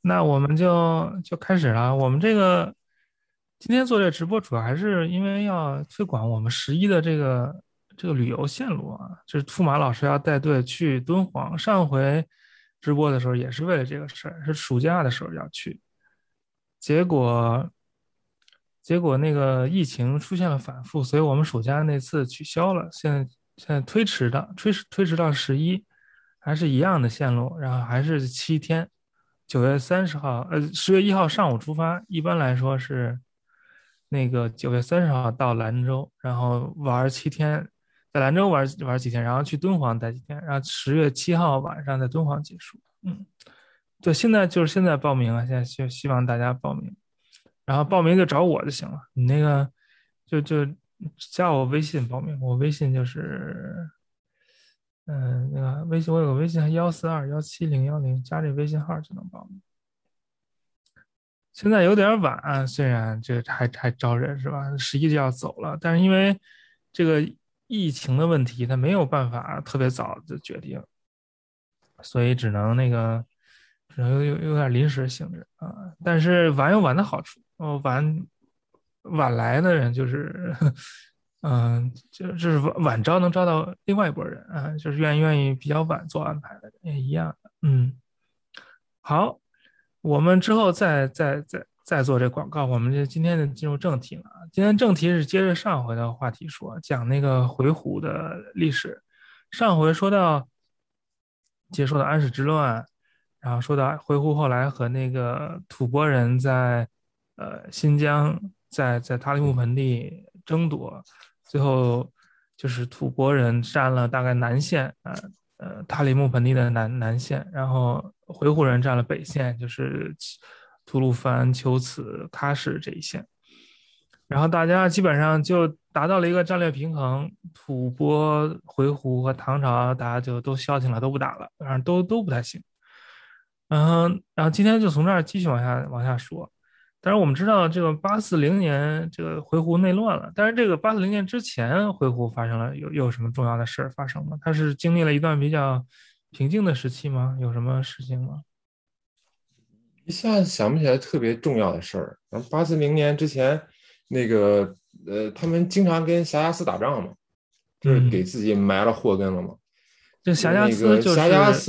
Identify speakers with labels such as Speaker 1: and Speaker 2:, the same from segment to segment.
Speaker 1: 那我们就开始了。我们这个今天做这个直播，主要还是因为要推广我们十一的这个旅游线路啊。就是兔马老师要带队去敦煌，上回直播的时候也是为了这个事儿，是暑假的时候要去，结果那个疫情出现了反复，所以我们暑假那次取消了，现在推迟到十一，还是一样的线路，然后还是7天，9月30号，10月1号上午出发，一般来说是那个9月30号到兰州，然后玩7天，在兰州玩几天，然后去敦煌待几天，然后10月7号晚上在敦煌结束。对，现在报名啊，现在希望大家报名。然后报名就找我就行了。你那个就加我微信报名，我微信就是那个微信我有个微信142170110，加这微信号就能报名。现在有点晚，虽然这还招人是吧？十一就要走了，但是因为这个疫情的问题，他没有办法特别早的决定，所以只能有点临时性质啊。但是晚有晚的好处，晚来的人就是，就是晚招能招到另外一拨人啊，就是愿意比较晚做安排的人也一样的。好，我们之后再做这广告，我们就今天就进入正题了啊。今天正题是接着上回的话题说，讲那个回鹘的历史。上回说到结束了安史之乱，然后说到回鹘后来和那个吐蕃人在新疆在塔里木盆地争夺，最后就是吐蕃人占了大概南线，塔里木盆地的南线，然后回鹘人占了北线，就是吐鲁番、龟兹、喀什这一线。然后大家基本上就达到了一个战略平衡，吐蕃、回鹘和唐朝大家就都消停了，都不打了，反正都不太行。然后今天就从这儿继续往下说。但是我们知道，这个840年这个回鹘内乱了，但是这个840年之前，回鹘发生了有什么重要的事儿发生吗？它是经历了一段比较平静的时期吗？有什么事情吗？
Speaker 2: 一下子想不起来特别重要的事儿。然后840年之前，那个他们经常跟霞亚斯打仗嘛，就是给
Speaker 1: 嗯，
Speaker 2: 自己埋了祸根了嘛。
Speaker 1: 这
Speaker 2: 就
Speaker 1: 霞迦思
Speaker 2: 那个
Speaker 1: 就是，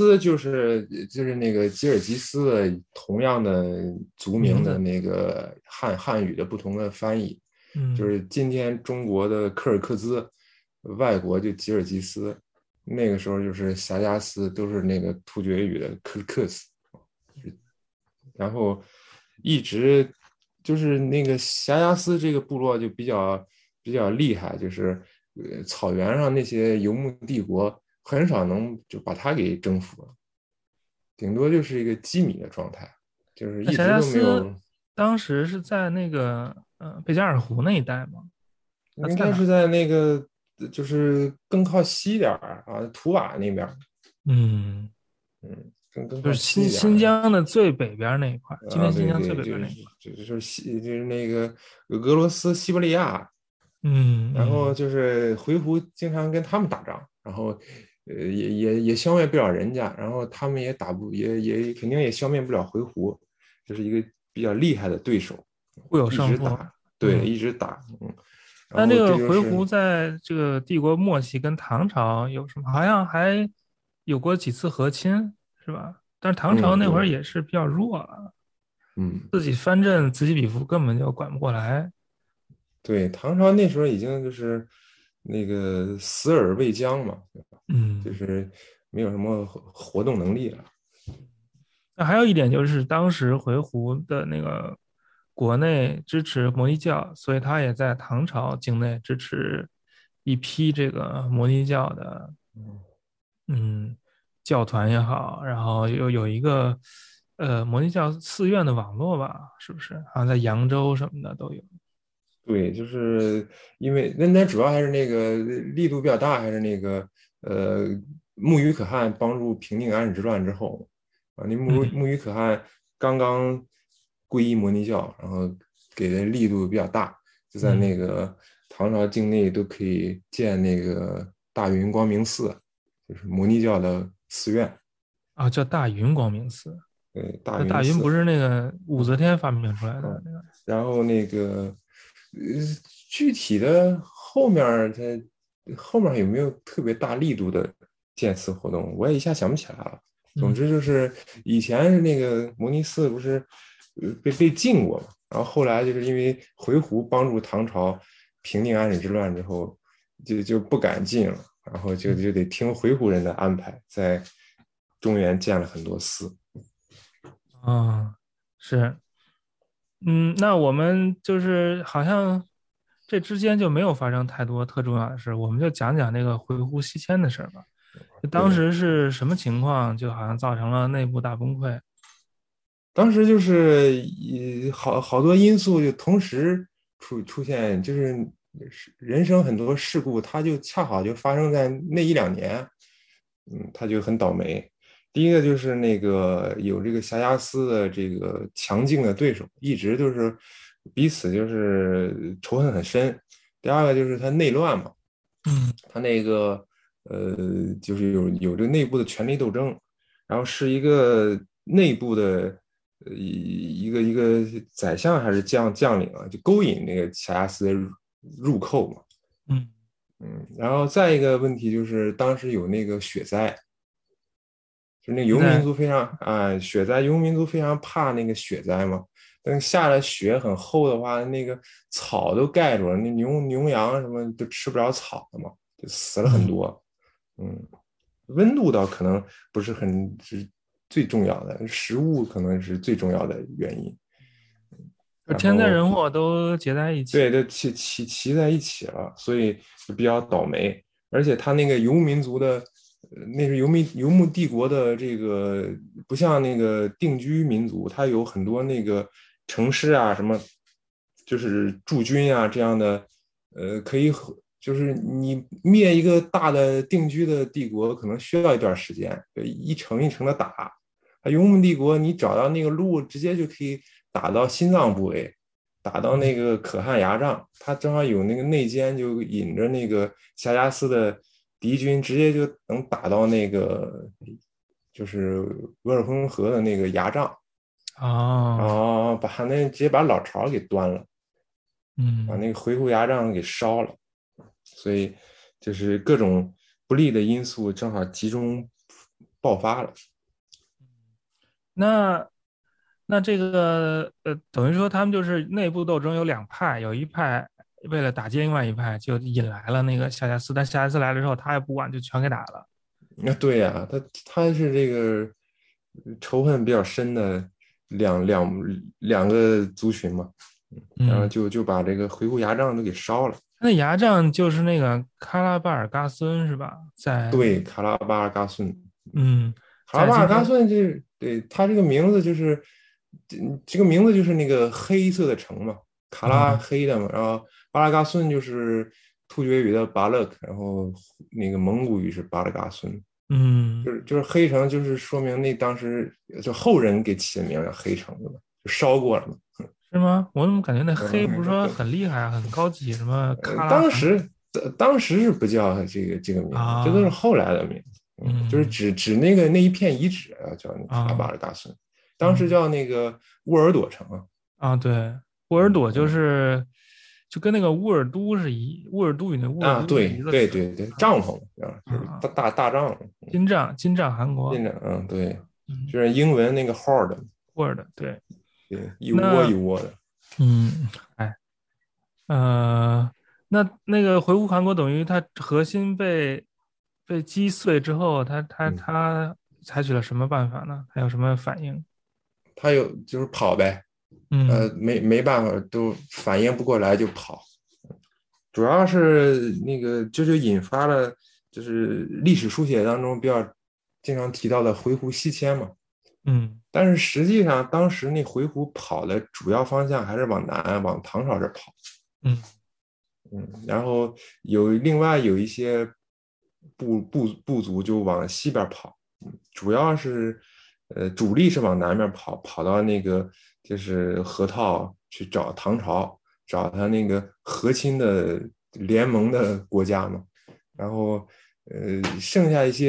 Speaker 2: 霞亚斯就是那个吉尔吉斯的同样的族名的
Speaker 1: 名字，
Speaker 2: 那个汉语的不同的翻译，就
Speaker 1: 嗯。
Speaker 2: 是今天中国的柯尔克孜，外国就吉尔吉斯，那个时候就是霞加斯都是那个突厥语的克斯，然后一直就是那个霞加斯这个部落就比较厉害，就是草原上那些游牧帝国很少能就把它给征服了，顶多就是一个羁米的状态，就是
Speaker 1: 那霞
Speaker 2: 一直都没
Speaker 1: 加斯
Speaker 2: 有。
Speaker 1: 当时是在那个贝加尔湖那一带吗？他在哪儿？
Speaker 2: 应该是在那个就是更靠西点儿啊，图瓦那边儿。
Speaker 1: 嗯，
Speaker 2: 嗯，更
Speaker 1: 就是
Speaker 2: 靠
Speaker 1: 新新
Speaker 2: 西一点儿。
Speaker 1: 疆的最北边那一块今天新疆最
Speaker 2: 对对，
Speaker 1: 北边那一块
Speaker 2: 就是就是那个俄罗斯西伯利亚，然后
Speaker 1: 嗯嗯，
Speaker 2: 就是回鹘经常跟他们打仗，然后也消灭不了人家，然后他们也打不也肯定也消灭不了回鹘，就是一个比较厉害的对手，
Speaker 1: 互有
Speaker 2: 一
Speaker 1: 胜负。
Speaker 2: 直打，对，
Speaker 1: 嗯，
Speaker 2: 一直打，然后
Speaker 1: 但这个
Speaker 2: 这就是
Speaker 1: 回鹘在这个帝国末期跟唐朝有什么？好像还有过几次和亲，是吧？但是唐朝那会儿
Speaker 2: 对，
Speaker 1: 也是比较弱了，
Speaker 2: 嗯。
Speaker 1: 自己藩镇此起彼伏，根本就管不过来。
Speaker 2: 对，唐朝那时候已经就是那个死而未僵嘛，对吧？就
Speaker 1: 嗯。
Speaker 2: 是没有什么活动能力了。
Speaker 1: 那还有一点就是，当时回鹘的那个国内支持摩尼教，所以他也在唐朝境内支持一批这个摩尼教的嗯教团也好，然后又有一个摩尼教寺院的网络吧，是不是？好像在扬州什么的都有。
Speaker 2: 对，就是因为那主要还是那个力度比较大，还是那个呃木鱼可汗帮助平定安史之乱之后啊，那木
Speaker 1: 嗯
Speaker 2: 鱼可汗刚刚皈依摩尼教，然后给的力度比较大，就在那
Speaker 1: 嗯，
Speaker 2: 个唐朝境内都可以建那个大云光明寺，就是摩尼教的寺院。
Speaker 1: 啊，叫大云光明寺。
Speaker 2: 对，大
Speaker 1: 那大云不
Speaker 2: 云寺。
Speaker 1: 是那个武则天发明出来的
Speaker 2: 嗯，
Speaker 1: 那个？
Speaker 2: 然后那个具体的后面有没有特别大力度的建寺活动，我也一下想不起来了。总
Speaker 1: 嗯
Speaker 2: 之就是以前那个摩尼寺不是被禁过嘛，然后后来就是因为回鹘帮助唐朝平定安史之乱之后，就不敢禁了，然后就
Speaker 1: 嗯
Speaker 2: 就得听回鹘人的安排，在中原建了很多寺。
Speaker 1: 啊，是。那我们就是好像这之间就没有发生太多特重要的事，我们就讲讲那个回鹘西迁的事儿吧。就当
Speaker 2: 对，
Speaker 1: 时是什么情况，就好像造成了内部大崩溃。
Speaker 2: 当时就是好多因素就同时出现，就是人生很多事故，它就恰好就发生在那一两年，他就很倒霉。第一个就是那个有这个霞亚斯的这个强劲的对手，一直就是彼此就是仇恨很深。第二个就是他内乱嘛，
Speaker 1: 嗯
Speaker 2: 他那个就是有这个内部的权力斗争，然后是一个内部的一个宰相还是将领啊，就勾引那个霞亚斯的入寇嘛。
Speaker 1: 嗯
Speaker 2: 然后再一个问题就是当时有那个雪灾，就那个游牧民
Speaker 1: 在
Speaker 2: 族非常雪灾，游牧民族非常怕那个雪灾嘛。等下了雪很厚的话，那个草都盖住了，那牛羊什么都吃不着草了嘛，就死了很
Speaker 1: 嗯，
Speaker 2: 多。温度倒可能不是最重要的，食物可能是最重要的原因。
Speaker 1: 就
Speaker 2: 然后
Speaker 1: 天灾人祸都结在一起。
Speaker 2: 对，都齐在一起了，所以就比较倒霉。而且他那个游牧民族的，那是游牧帝国的这个，不像那个定居民族，他有很多那个城市啊，什么就是驻军啊这样的，可以就是你灭一个大的定居的帝国，可能需要一段时间，一城一城的打。游牧帝国，你找到那个路，直接就可以打到心脏部位。打到那
Speaker 1: 嗯
Speaker 2: 个可汗牙帐，他正好有那个内奸，就引着那个夏加斯的敌军，直接就能打到那个就是额尔浑河的那个牙帐，然
Speaker 1: 哦，
Speaker 2: 后直接把老巢给端了，把
Speaker 1: 嗯。
Speaker 2: 那个回鹘牙帐给烧了，所以就是各种不利的因素正好集中爆发了。
Speaker 1: 那这个等于说他们就是内部斗争有两派，有一派为了打击另外一派，就引来了那个夏加斯，但夏加斯来了之后，他也不管，就全给打了。
Speaker 2: 对呀，他是这个仇恨比较深的两个族群嘛，然后
Speaker 1: 嗯，
Speaker 2: 就把这个回鹘牙帐都给烧了。
Speaker 1: 那牙帐就是那个喀拉巴尔嘎孙是吧？在那
Speaker 2: 对，
Speaker 1: 个
Speaker 2: 卡拉巴尔嘎顺，
Speaker 1: 嗯，
Speaker 2: 卡拉巴尔嘎
Speaker 1: 在今天
Speaker 2: 顺就是对他这个名字就是这个名字就是那个黑色的城嘛，卡拉
Speaker 1: 啊
Speaker 2: 黑的嘛，然后巴拉嘎顺就是突厥语的巴勒克，然后那个蒙古语是巴拉嘎顺。
Speaker 1: 嗯
Speaker 2: 就是黑城，就是说明那当时就后人给起的名叫黑城的嘛，就烧过了嘛。
Speaker 1: 是吗？我怎么感觉那黑不是说
Speaker 2: 对，
Speaker 1: 很厉害啊，很高级，什么喀拉汗
Speaker 2: 当时当时是不叫这个名字，这都是
Speaker 1: 啊？
Speaker 2: 后来的名字。就是
Speaker 1: 嗯
Speaker 2: 指那一片遗址啊，叫那卡拉巴
Speaker 1: 啊
Speaker 2: 尔大孙，当时
Speaker 1: 嗯。
Speaker 2: 叫那个沃尔朵城啊。
Speaker 1: 啊，对，沃尔朵就
Speaker 2: 嗯
Speaker 1: 是就跟那个乌尔都乌尔都语那乌尔都是一
Speaker 2: 对
Speaker 1: 个词。
Speaker 2: 对对对，帐篷啊，就是
Speaker 1: 啊，
Speaker 2: 大帐篷。
Speaker 1: 金帐汗国。
Speaker 2: 进着对，
Speaker 1: 嗯
Speaker 2: 就是英文那个 hard，
Speaker 1: ，Word 对。
Speaker 2: 对，一窝一
Speaker 1: 那
Speaker 2: 窝的。
Speaker 1: 哎呃，那个回鹘汗国等于它核心被击碎之后，
Speaker 2: 嗯，
Speaker 1: 他采取了什么办法呢？他有什么反应？
Speaker 2: 他就是跑呗。
Speaker 1: 嗯
Speaker 2: 没办法，都反应不过来就跑。主要是那个就引发了就是历史书写当中比较经常提到的回鹘西迁嘛。
Speaker 1: 嗯
Speaker 2: 但是实际上当时那回鹘跑的主要方向还是往南，往唐朝这跑。
Speaker 1: 嗯
Speaker 2: 然后另外有一些部族就往西边跑。主要是主力是往南面跑，跑到那个就是河套去找唐朝，找他那个和亲的联盟的国家嘛。然后剩下一些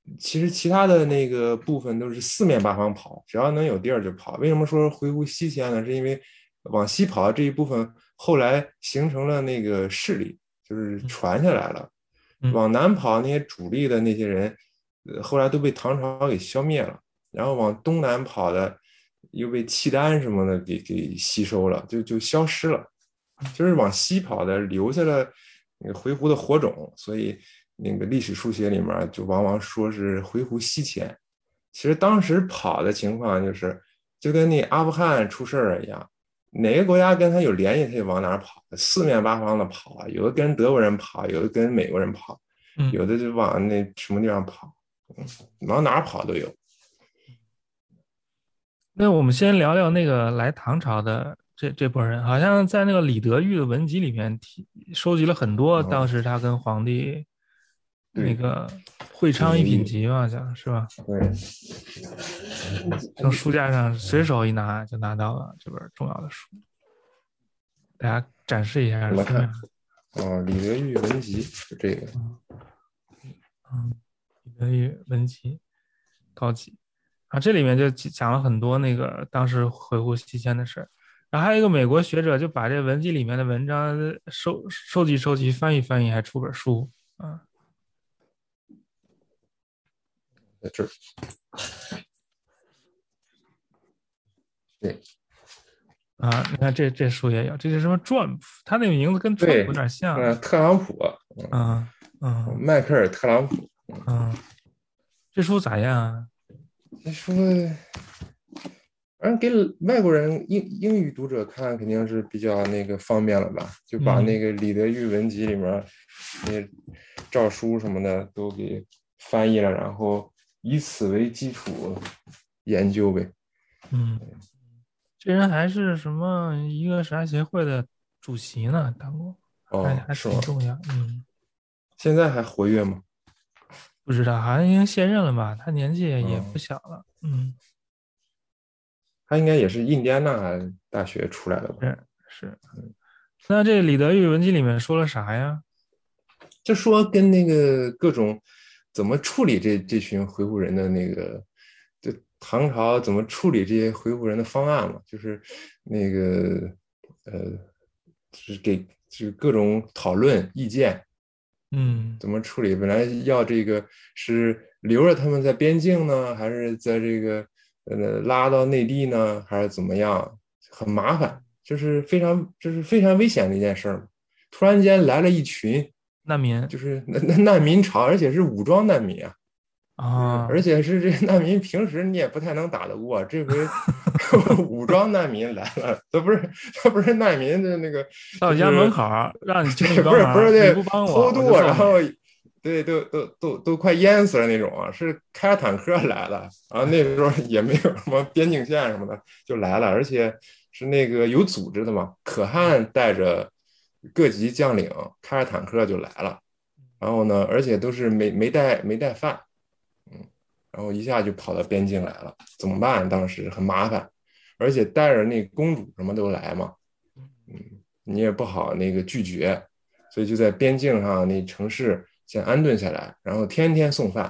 Speaker 2: 其实其他的那个部分都是四面八方跑，只要能有地儿就跑。为什么说回鹘西迁呢？是因为往西跑的这一部分后来形成了那个势力，就是
Speaker 1: 嗯
Speaker 2: 传下来了。
Speaker 1: 嗯
Speaker 2: 往南跑那些主力的那些人，后来都被唐朝给消灭了。然后往东南跑的又被契丹什么的给吸收了，就消失了。就是往西跑的留下了那个回鹘的火种，所以那个历史书写里面就往往说是回鹘西迁。其实当时跑的情况就是就跟那阿富汗出事儿一样，哪个国家跟他有联系，他就往哪儿跑，四面八方的跑啊，有的跟德国人跑，有的跟美国人跑，
Speaker 1: 嗯。
Speaker 2: 有的就往那什么地方跑，往哪儿跑都有。
Speaker 1: 那我们先聊聊那个来唐朝的这波人，好像在那个李德裕的文集里面收集了很多当
Speaker 2: 嗯，
Speaker 1: 时他跟皇帝那
Speaker 2: 对，
Speaker 1: 个会昌一品
Speaker 2: 李德裕，
Speaker 1: 集嘛，讲是吧？
Speaker 2: 对，
Speaker 1: 从书架上随手一拿就拿到了这本重要的书，大家展示一下
Speaker 2: 怎么看？
Speaker 1: 封面。
Speaker 2: 哦，李德裕文集是这个。
Speaker 1: 嗯嗯，李德裕文集高级啊，这里面就讲了很多那个当时回鹘西迁的事儿。然后还有一个美国学者就把这文集里面的文章收集、翻译，还出本书啊。
Speaker 2: 在这儿，对
Speaker 1: 啊，你看这书也有，这是什么 Trump？他那个名字跟 Trump 有
Speaker 2: 对，
Speaker 1: 点像。
Speaker 2: 特朗普，
Speaker 1: 嗯嗯
Speaker 2: 迈克尔·特朗普，
Speaker 1: 嗯，这书咋样啊？
Speaker 2: 他说，反正给外国人英语读者看肯定是比较那个方便了吧，就把那
Speaker 1: 嗯
Speaker 2: 个李德裕文集里面那些诏书什么的都给翻译了，然后以此为基础研究呗。
Speaker 1: 嗯，这人还是什么一个啥协会的主席呢？当过，还
Speaker 2: 哦，
Speaker 1: 还
Speaker 2: 是吗？
Speaker 1: 挺重要。嗯。
Speaker 2: 现在还活跃吗？
Speaker 1: 不知道，好像已经卸任了吧？他年纪也不
Speaker 2: 嗯，
Speaker 1: 小了。嗯，
Speaker 2: 他应该也是印第安纳大学出来的吧？
Speaker 1: 是是。那这李德裕文集里面说了啥呀？
Speaker 2: 就说跟那个各种怎么处理这群回鹘人的那个，就唐朝怎么处理这些回鹘人的方案嘛，就是那个就是就是各种讨论意见，
Speaker 1: 嗯
Speaker 2: 怎么处理？本来要这个是留着他们在边境呢，还是在这个拉到内地呢，还是怎么样？很麻烦，就是非常危险的一件事儿。突然间来了一群，
Speaker 1: 难民
Speaker 2: 就是难民潮，而且是武装难民啊，就是而
Speaker 1: 啊，
Speaker 2: 且是这难民平时你也不太能打得过，这回武装难民来了，他不是难民的那个，
Speaker 1: 到你家门
Speaker 2: 就是
Speaker 1: 口儿让你请你
Speaker 2: 对，不是不是
Speaker 1: 帮忙，你
Speaker 2: 那
Speaker 1: 不帮我，我就
Speaker 2: 偷渡，
Speaker 1: 揍你。
Speaker 2: 然后对，都快淹死了那种啊，是开着坦克来的，然后那时候也没有什么边境线什么的就来了，而且是那个有组织的嘛，可汗带着各级将领开着坦克就来了，然后呢，而且都是没带饭，然后一下就跑到边境来了，怎么办？当时很麻烦，而且带着那公主什么都来嘛，你也不好那个拒绝，所以就在边境上那城市先安顿下来，然后天天送饭，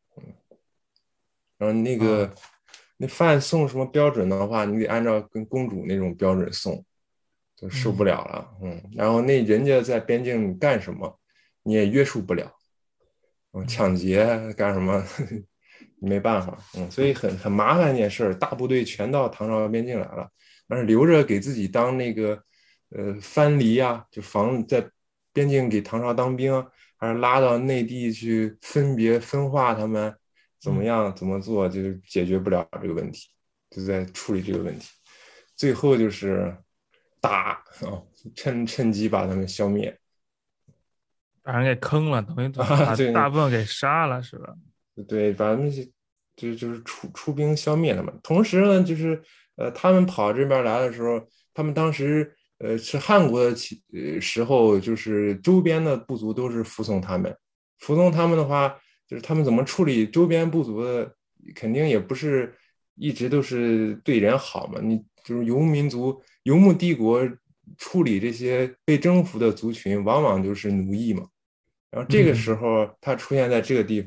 Speaker 2: 然后那
Speaker 1: 啊，
Speaker 2: 个那饭送什么标准的话，你得按照跟公主那种标准送，就受不
Speaker 1: 嗯
Speaker 2: 了了，然后那人家在边境干什么，你也约束不了，
Speaker 1: 嗯
Speaker 2: 抢劫干什么，没办法，所以很麻烦一件事，大部队全到唐朝边境来了，但是留着给自己当那个藩篱啊，就防在边境给唐朝当兵，还是拉到内地去分别分化他们，怎么
Speaker 1: 嗯
Speaker 2: 样怎么做，就解决不了这个问题，就在处理这个问题，最后就是打趁机把他们消灭
Speaker 1: 把人给坑了，等于
Speaker 2: 啊，
Speaker 1: 把大部分给杀了，是吧？
Speaker 2: 对，把他们就是出兵消灭他们。同时呢，就是他们跑这边来的时候，他们当时是汉国的时候，就是周边的部族都是服从他们。服从他们的话，就是他们怎么处理周边部族的，肯定也不是一直都是对人好嘛。你就是游牧民族、游牧帝国处理这些被征服的族群，往往就是奴役嘛。然后这个时
Speaker 1: 嗯
Speaker 2: 候他出现在这个地方，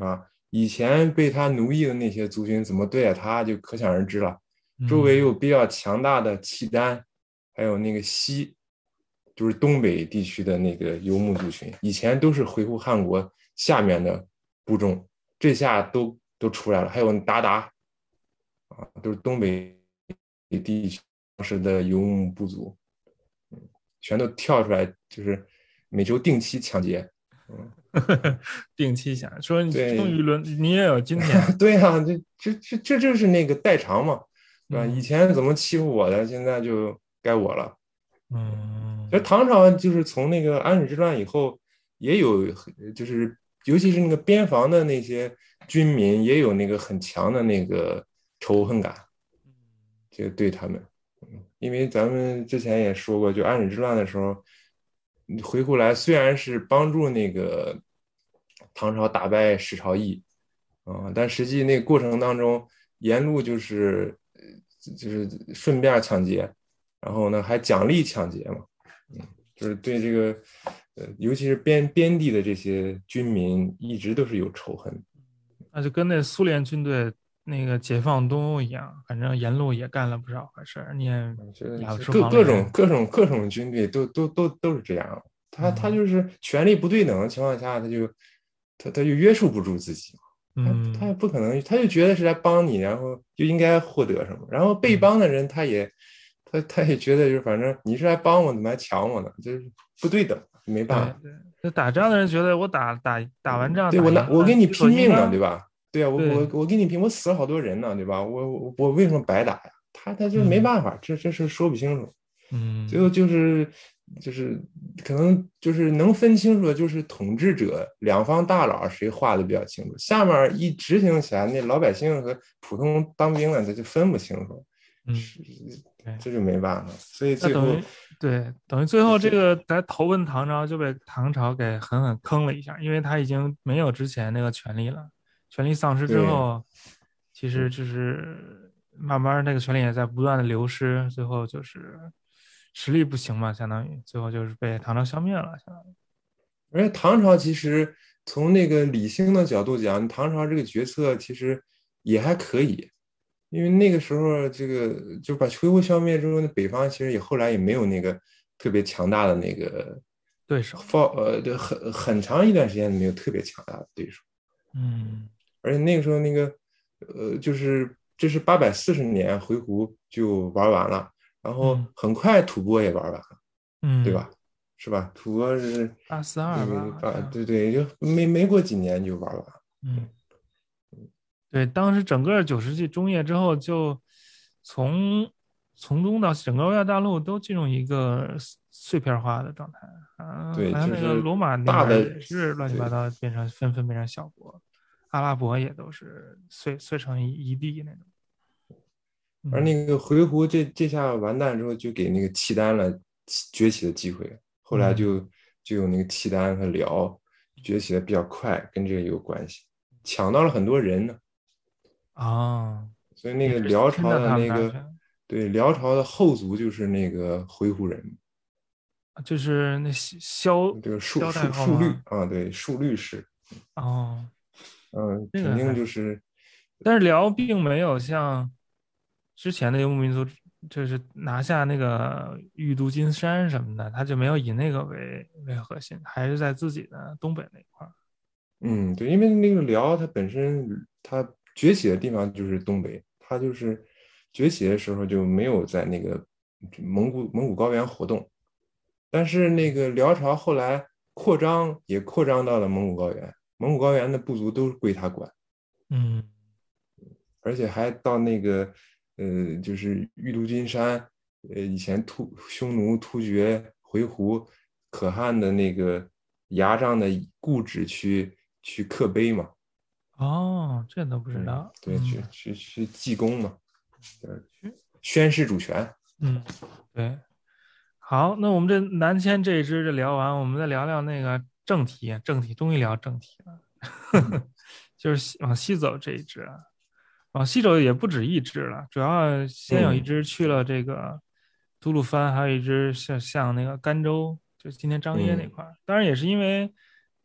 Speaker 2: 以前被他奴役的那些族群怎么对待他，就可想而知了。周围
Speaker 1: 嗯
Speaker 2: 有比较强大的契丹，还有那个就是东北地区的那个游牧族群，以前都是回鹘汗国下面的部众，这下都出来了，还有鞑靼啊，都是东北地区当时的游牧部族，全都跳出来，就是每周定期抢劫。嗯，
Speaker 1: 定期想说你终
Speaker 2: 对，
Speaker 1: 于你也有今天了。
Speaker 2: 对呀、这就是那个代偿嘛，对吧？以
Speaker 1: 嗯
Speaker 2: 前怎么欺负我的，现在就该我了。其实
Speaker 1: 嗯
Speaker 2: 唐朝就是从那个安史之乱以后，也有就是尤其是那个边防的那些军民，也有那个很强的那个仇恨感，就对他们。因为咱们之前也说过，就安史之乱的时候，回过来虽然是帮助那个唐朝打败史朝义，但实际那个过程当中，沿路就是顺便抢劫，然后呢还奖励抢劫嘛，就是对这个尤其是边地的这些军民一直都是有仇恨。
Speaker 1: 那就跟那苏联军队那个解放东欧一样，反正沿路也干了不少坏事儿，你也
Speaker 2: 这
Speaker 1: 雅不出
Speaker 2: 各各种
Speaker 1: 黄连。
Speaker 2: 各种军队都是这样，他
Speaker 1: 嗯
Speaker 2: 就是权力不对等的情况下，他就约束不住自己嘛，他也
Speaker 1: 嗯
Speaker 2: 不可能，他就觉得是来帮你，然后就应该获得什么，然后被
Speaker 1: 嗯，
Speaker 2: 帮的人他也觉得就是反正你是来帮我，怎么还抢我呢？就是不对等，没办法。
Speaker 1: 对对，那打仗的人觉得我打完仗
Speaker 2: 对，
Speaker 1: 打赢了，
Speaker 2: 我给你
Speaker 1: 理所
Speaker 2: 拼命呢，对
Speaker 1: 应当。
Speaker 2: 吧？对啊，
Speaker 1: 对，
Speaker 2: 我给你拼，我死了好多人呢，对吧？我为什么白打呀？他就是没
Speaker 1: 嗯
Speaker 2: 办法，这事说不清楚。最后
Speaker 1: 嗯，
Speaker 2: 就是可能就是能分清楚的，就是统治者两方大佬谁画的比较清楚，下面一执行起来，那老百姓和普通当兵的他就分不清楚，
Speaker 1: 嗯，
Speaker 2: 是
Speaker 1: 对，
Speaker 2: 这就没办法。所以最后
Speaker 1: 那等于对，等于最后这
Speaker 2: 这
Speaker 1: 个来投奔唐朝就被唐朝给狠狠坑了一下，因为他已经没有之前那个权利了，权力丧失之
Speaker 2: 对
Speaker 1: 后，其实就是慢慢那个权力也在不断的流失，最后就是实力不行嘛，相当于最后就是被唐朝消灭了，相当于。
Speaker 2: 而且唐朝其实从那个理性的角度讲，唐朝这个决策其实也还可以，因为那个时候这个就把回鹘消灭之后，那北方其实后来也没有那个特别强大的那个
Speaker 1: 对手。
Speaker 2: 就很长一段时间没有特别强大的对手，
Speaker 1: 嗯
Speaker 2: 而且那个时候那个就是这是840年回鹘就玩完了，然后
Speaker 1: 嗯
Speaker 2: 很快吐蕃也玩完了，对
Speaker 1: 嗯，
Speaker 2: 吧？是吧？吐蕃是
Speaker 1: 842吧，
Speaker 2: 这个
Speaker 1: 好像。
Speaker 2: 对对，就没过几年就玩完了。
Speaker 1: 嗯。对，当时整个9世纪中叶之后，就从从中到整个欧亚大陆都进入一个碎片化的状态。
Speaker 2: 对，
Speaker 1: 好像那个
Speaker 2: 就是
Speaker 1: 罗马那边
Speaker 2: 大的，
Speaker 1: 也是乱七八
Speaker 2: 对
Speaker 1: 糟纷纷变成小国，阿拉伯也都是碎成一地那种。嗯
Speaker 2: 而那个回鹘这下完蛋之后，就给那个契丹了崛起的机会。后来
Speaker 1: 嗯
Speaker 2: 就有那个契丹和辽崛起的比较快，跟这个有关系，抢到了很多人呢。
Speaker 1: 啊，
Speaker 2: 所以那个
Speaker 1: 也是
Speaker 2: 辽朝
Speaker 1: 亲到他们
Speaker 2: 的那个，
Speaker 1: 那儿去了，
Speaker 2: 对，辽朝的后族就是那个回鹘人，
Speaker 1: 就是那
Speaker 2: 这个
Speaker 1: 萧太后吗？
Speaker 2: 律啊，对，述律氏，
Speaker 1: 哦，
Speaker 2: 肯
Speaker 1: 这个还
Speaker 2: 定就是
Speaker 1: 但是辽并没有像之前的游牧民族，就是拿下那个玉都金山什么的，他就没有以那个为核心，还是在自己的东北那一块儿。
Speaker 2: 对，因为那个辽它本身它崛起的地方就是东北，它就是崛起的时候就没有在那个蒙古高原活动，但是那个辽朝后来扩张到了蒙古高原，蒙古高原的部族都归他管，
Speaker 1: 嗯
Speaker 2: 而且还到那个就是玉都金山，以前匈奴突厥回鹘可汗的那个牙帐的故址去刻碑嘛。
Speaker 1: 哦，这都不知道。
Speaker 2: 对，去济公嘛，
Speaker 1: 去
Speaker 2: 宣誓主权。
Speaker 1: 嗯，对。好，那我们这南迁这一支就聊完，我们再聊聊那个正题。正题终于聊正题了，
Speaker 2: 嗯
Speaker 1: 就是往西走这一支啊。往西走也不止一支了，主要先有一
Speaker 2: 嗯
Speaker 1: 支去了这个吐鲁番，还有一支像那个甘州，就是今天张掖那
Speaker 2: 嗯
Speaker 1: 块儿。当然也是因为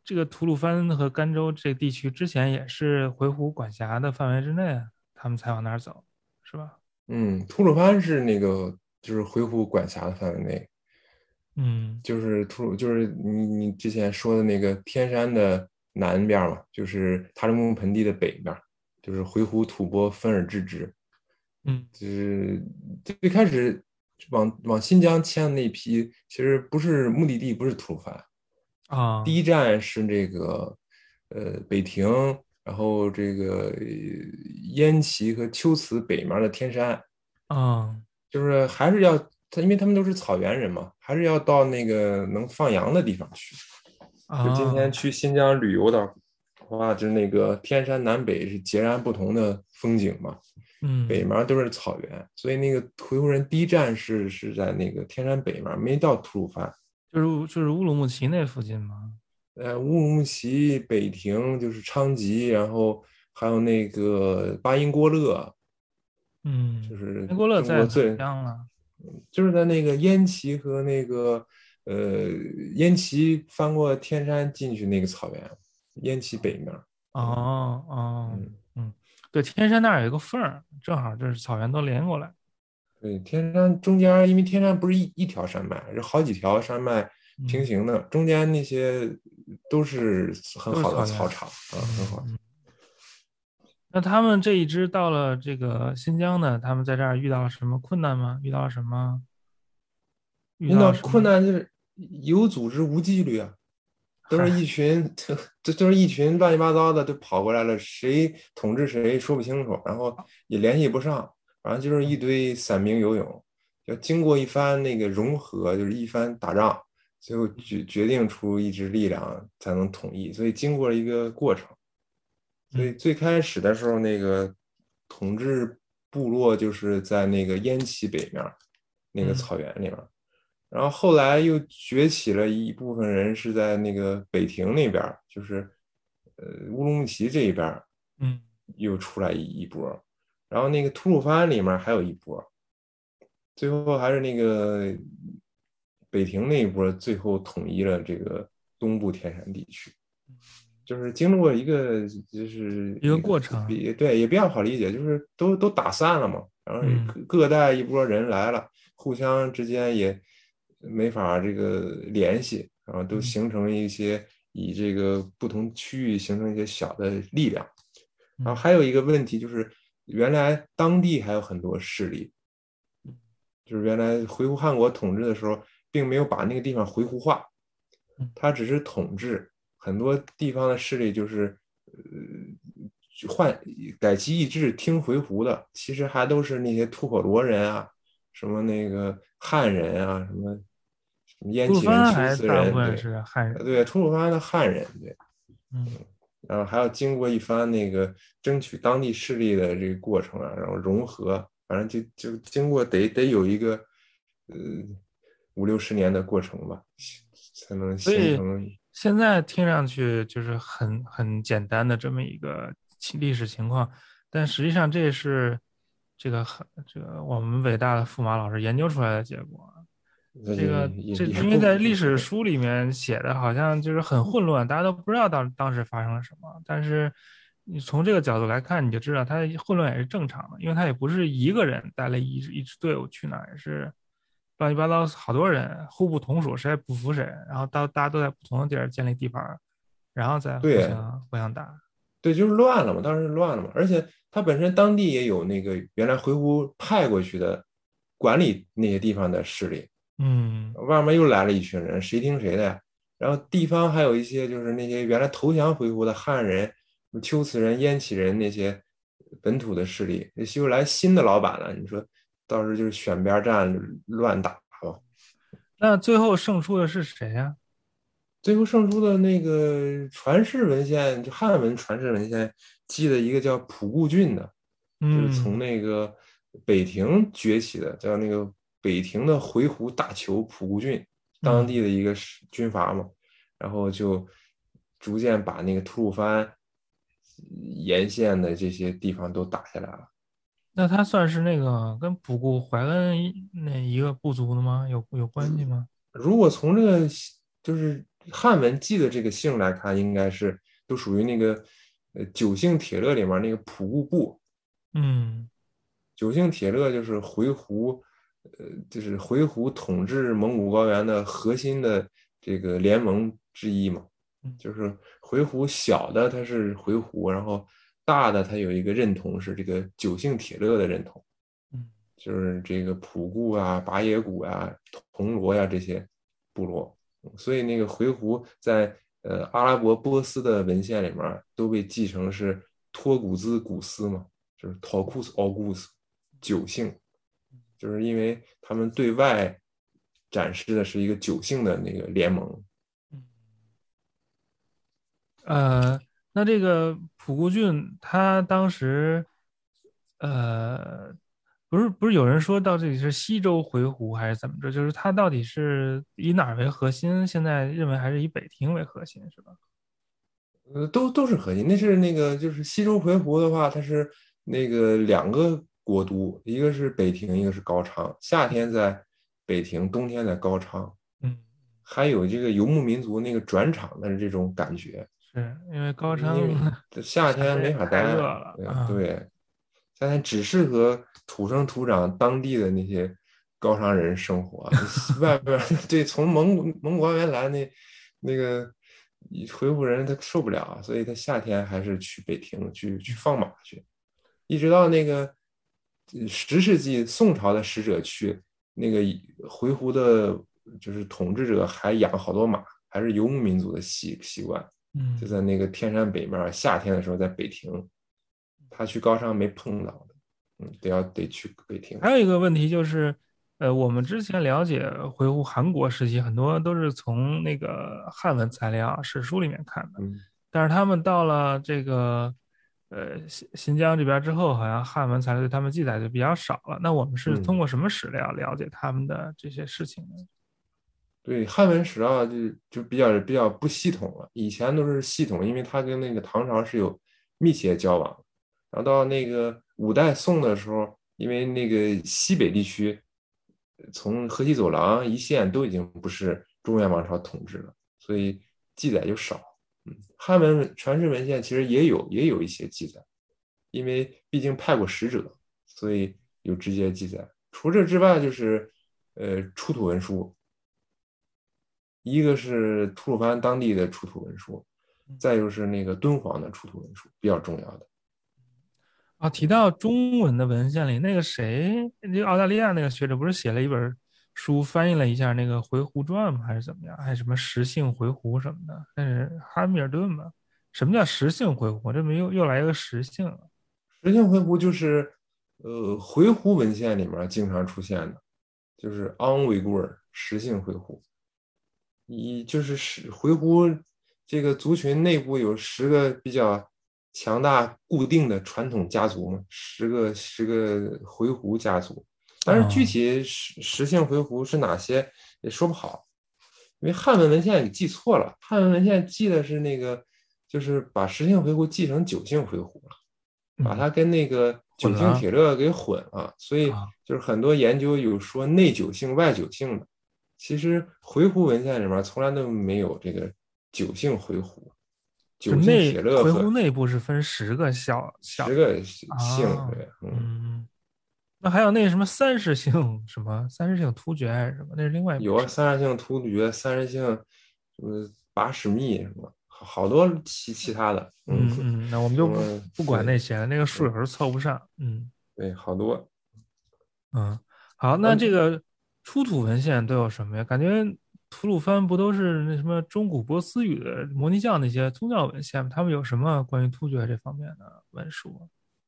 Speaker 1: 这个吐鲁番和甘州这地区之前也是回鹘管辖的范围之内啊，他们才往那儿走，是吧？
Speaker 2: 吐鲁番是那个就是回鹘管辖的范围内，
Speaker 1: 嗯
Speaker 2: 就是你之前说的那个天山的南边嘛，就是塔里木盆地的北边，就是回鹘、吐蕃、分尔之支。
Speaker 1: 嗯
Speaker 2: 就是最开始往新疆迁的那批，其实不是目的地，不是吐鲁番，第
Speaker 1: 啊
Speaker 2: 一站是这个北庭，然后这个燕齐和龟兹北面的天山，
Speaker 1: 啊
Speaker 2: 就是还是要因为他们都是草原人嘛，还是要到那个能放羊的地方去。就今天
Speaker 1: 啊
Speaker 2: 去新疆旅游的话，就是那个天山南北是截然不同的风景嘛。北
Speaker 1: 嗯，
Speaker 2: 面都是草原，所以那个回鹘人第一站是在那个天山北面，没到吐鲁番。
Speaker 1: 就是乌鲁木齐那附近吗？
Speaker 2: 乌鲁木齐、北庭就是昌吉，然后还有那个巴音郭勒，就
Speaker 1: 嗯，
Speaker 2: 是
Speaker 1: 安郭勒在哪
Speaker 2: 中国最，
Speaker 1: 疆了？
Speaker 2: 就是在那个燕齐和那个燕齐翻过天山进去那个草原，燕齐北面。
Speaker 1: 哦哦，
Speaker 2: 嗯，
Speaker 1: 嗯，对，天山那儿有一个缝儿，正好这是草原都连过来。
Speaker 2: 对，天山中间，因为天山不是一条山脉，是好几条山脉平
Speaker 1: 嗯，
Speaker 2: 行的，中间那些都是很好的
Speaker 1: 都是草原。
Speaker 2: 草场啊，很好。
Speaker 1: 嗯嗯，那他们这一支到了这个新疆呢，他们在这儿遇到了什么困难吗？遇到了什么？遇
Speaker 2: 遇到
Speaker 1: 到了什么？
Speaker 2: 困难就是有组织无纪律啊，都是
Speaker 1: 嗨，
Speaker 2: 一群，这都是一群乱七八糟的，都跑过来了，谁统治谁说不清楚，然后也联系不上，反正就是一堆散兵游勇，要经过一番那个融合，就是一番打仗，最后决定出一支力量才能统一，所以经过了一个过程。所以
Speaker 1: 嗯
Speaker 2: 最开始的时候，那个统治部落就是在那个燕齐北面那个
Speaker 1: 嗯
Speaker 2: 草原里面，然后后来又崛起了一部分人是在那个北庭那边，就是乌鲁木齐这一边
Speaker 1: 嗯
Speaker 2: 又出来一波，然后那个吐鲁番里面还有一波，最后还是那个北庭那一波最后统一了这个东部天山地区。就是经过一个就是
Speaker 1: 一个过程。
Speaker 2: 对也比较好理解，就是都打散了嘛，然后
Speaker 1: 嗯
Speaker 2: 各带一波人来了，互相之间也没法这个联系，然后都
Speaker 1: 嗯
Speaker 2: 形成一些以这个不同区域形成一些小的力量。然后
Speaker 1: 嗯
Speaker 2: 还有一个问题就是，原来当地还有很多势力，就是原来回鹘汗国统治的时候，并没有把那个地方回鹘化，
Speaker 1: 嗯，
Speaker 2: 他只是统治很多地方的势力，就是换改旗易帜听回鹘的，其实还都是那些吐火罗人啊，什么那个汉人啊，什么
Speaker 1: 吐鲁
Speaker 2: 燕齐人、龟
Speaker 1: 番还
Speaker 2: 兹人，
Speaker 1: 大部分
Speaker 2: 对，
Speaker 1: 是汉人。
Speaker 2: 对，吐鲁番的汉人，对，
Speaker 1: 嗯
Speaker 2: 然后还要经过一番那个争取当地势力的这个过程啊，然后融合，反正就经过得有一个呃5、60年的过程吧，才能
Speaker 1: 所以
Speaker 2: 形成。
Speaker 1: 现在听上去就是很简单的这么一个历史情况，但实际上这是这个我们伟大的驸马老师研究出来的结果。
Speaker 2: 那
Speaker 1: 这个这
Speaker 2: 也不
Speaker 1: 因为在历史书里面写的好像就是很混乱，大家都不知道当时发生了什么。但是你从这个角度来看，你就知道他混乱也是正常的，因为他也不是一个人带了一支队伍去那儿，也是乱七八糟好多人互不统属，谁也不服谁，然后大家都在不同的地儿建立地盘，然后再互
Speaker 2: 对
Speaker 1: 相互相打。
Speaker 2: 对，就是乱了嘛，当时乱了嘛，而且他本身当地也有那个原来回鹘派过去的管理那些地方的势力，
Speaker 1: 嗯
Speaker 2: 外面又来了一群人，谁听谁的呀？然后地方还有一些就是那些原来投降回鹘的汉人、龟兹人、燕齐人那些本土的势力，又来新的老板了。你说到时候就是选边站乱打吧。
Speaker 1: 那最后胜出的是谁呀？
Speaker 2: 最后胜出的那个传世文献，就汉文传世文献记的一个叫普固郡的，就是从
Speaker 1: 嗯
Speaker 2: 那个北庭崛起的，叫那个北庭的回鹘大酋普固郡，当地
Speaker 1: 嗯。
Speaker 2: 的一个军阀嘛，然后就逐渐把那个吐鲁番沿线的这些地方都打下来了。
Speaker 1: 那他算是那个跟卜固怀恩那一个部族的吗？有关系吗？
Speaker 2: 如果从这个就是汉文记的这个姓来看，应该是都属于那个九姓铁勒里面那个普固部。
Speaker 1: 嗯
Speaker 2: 九姓铁勒就是回鹘，就是回鹘统治蒙古高原的核心的这个联盟之一嘛。
Speaker 1: 嗯
Speaker 2: 就是回鹘小的它是回鹘，然后大的它有一个认同是这个九姓铁勒的认同，
Speaker 1: 嗯
Speaker 2: 就是这个普固啊、拔野古啊、铜锣呀、这些部落。所以那个回鹘在阿拉伯波斯的文献里面都被记成是托古兹古斯嘛，就是 Tokus August 九姓，就是因为他们对外展示的是一个九姓的那个联盟。
Speaker 1: 嗯。那这个普固郡，他当时，呃，不是有人说到这里是西周回鹘还是怎么着？就是他到底是以哪儿为核心？现在认为还是以北庭为核心，是吧？
Speaker 2: 都是核心。那是那个就是西周回鹘的话，它是那个两个国都，一个是北庭，一个是高昌。夏天在北庭，冬天在高昌，
Speaker 1: 嗯，
Speaker 2: 还有这个游牧民族那个转场的这种感觉。
Speaker 1: 是因为高昌
Speaker 2: 因为夏
Speaker 1: 夏天也
Speaker 2: 天没法
Speaker 1: 太热
Speaker 2: 待，
Speaker 1: 了啊。
Speaker 2: 对，夏天只适合土生土长当地的那些高尚人生活。外边对从蒙古高原来那个回鹘人他受不了啊，所以他夏天还是去北庭去放马去，一直到那个10世纪宋朝的使者去那个回鹘的，就是统治者还养好多马，还是游牧民族的习惯。就
Speaker 1: 嗯。
Speaker 2: 在那个天山北面，夏天的时候在北庭，他去高昌没碰到的，得去北庭。
Speaker 1: 还有一个问题就是，我们之前了解回鹘韩国时期，很多都是从那个汉文材料、史书里面看的，
Speaker 2: 嗯
Speaker 1: 但是他们到了这个新疆这边之后，好像汉文材料对他们记载就比较少了。那我们是通
Speaker 2: 嗯，
Speaker 1: 过什么史料了解他们的这些事情呢？
Speaker 2: 对，汉文史料就比较不系统了，以前都是系统，因为它跟那个唐朝是有密切交往，然后到那个五代宋的时候，因为那个西北地区从河西走廊一线都已经不是中原王朝统治了，所以记载就少。汉文传世文献其实也有一些记载，因为毕竟派过使者，所以有直接记载。除这之外，就是出土文书，一个是吐鲁番当地的出土文书，再就是那个敦煌的出土文书比较重要的。
Speaker 1: 啊，提到中文的文献里，那个谁，那个澳大利亚那个学者不是写了一本书，翻译了一下那个《回鹘传》吗？还是怎么样？还是什么石姓回鹘什么的？那是哈密尔顿吧？什么叫石姓回鹘？这么又来一个石姓了。
Speaker 2: 石姓回鹘就是回鹘文献里面经常出现的，就是昂维古尔石姓回鹘。就是回鹘这个族群内部有10个比较强大固定的传统家族嘛，十个回鹘家族，但是具
Speaker 1: 啊，
Speaker 2: 体实姓回鹘是哪些也说不好，因为汉文文献给记错了，汉文文献记的是那个就是把实姓回鹘记成九姓回鹘了，把
Speaker 1: 嗯，
Speaker 2: 它跟那个九姓
Speaker 1: 混了
Speaker 2: 铁勒给混了，所以
Speaker 1: 啊，
Speaker 2: 就是很多研究有说内九姓外九姓的。其实回鹘文献里面从来都没有这个九姓回鹘，
Speaker 1: 就
Speaker 2: 九姓铁勒
Speaker 1: 回鹘
Speaker 2: 和
Speaker 1: 内部是分十个小
Speaker 2: 10个姓，
Speaker 1: 啊，
Speaker 2: 对，
Speaker 1: 嗯，那还有那什么三世姓突厥还是什么？那是另外一本
Speaker 2: 有啊，
Speaker 1: 书。
Speaker 2: 三十姓突厥，三十姓把史密什么，好多其他的，
Speaker 1: 那我们就不
Speaker 2: 什么
Speaker 1: 不管那
Speaker 2: 对
Speaker 1: 些了，那个数有
Speaker 2: 对
Speaker 1: 时候凑不上。
Speaker 2: 对，好多。
Speaker 1: 嗯，好，那这
Speaker 2: 嗯，
Speaker 1: 个出土文献都有什么呀？感觉吐鲁番不都是那什么中古波斯语的摩尼教那些宗教文献吗？他们有什么关于突厥这方面的文书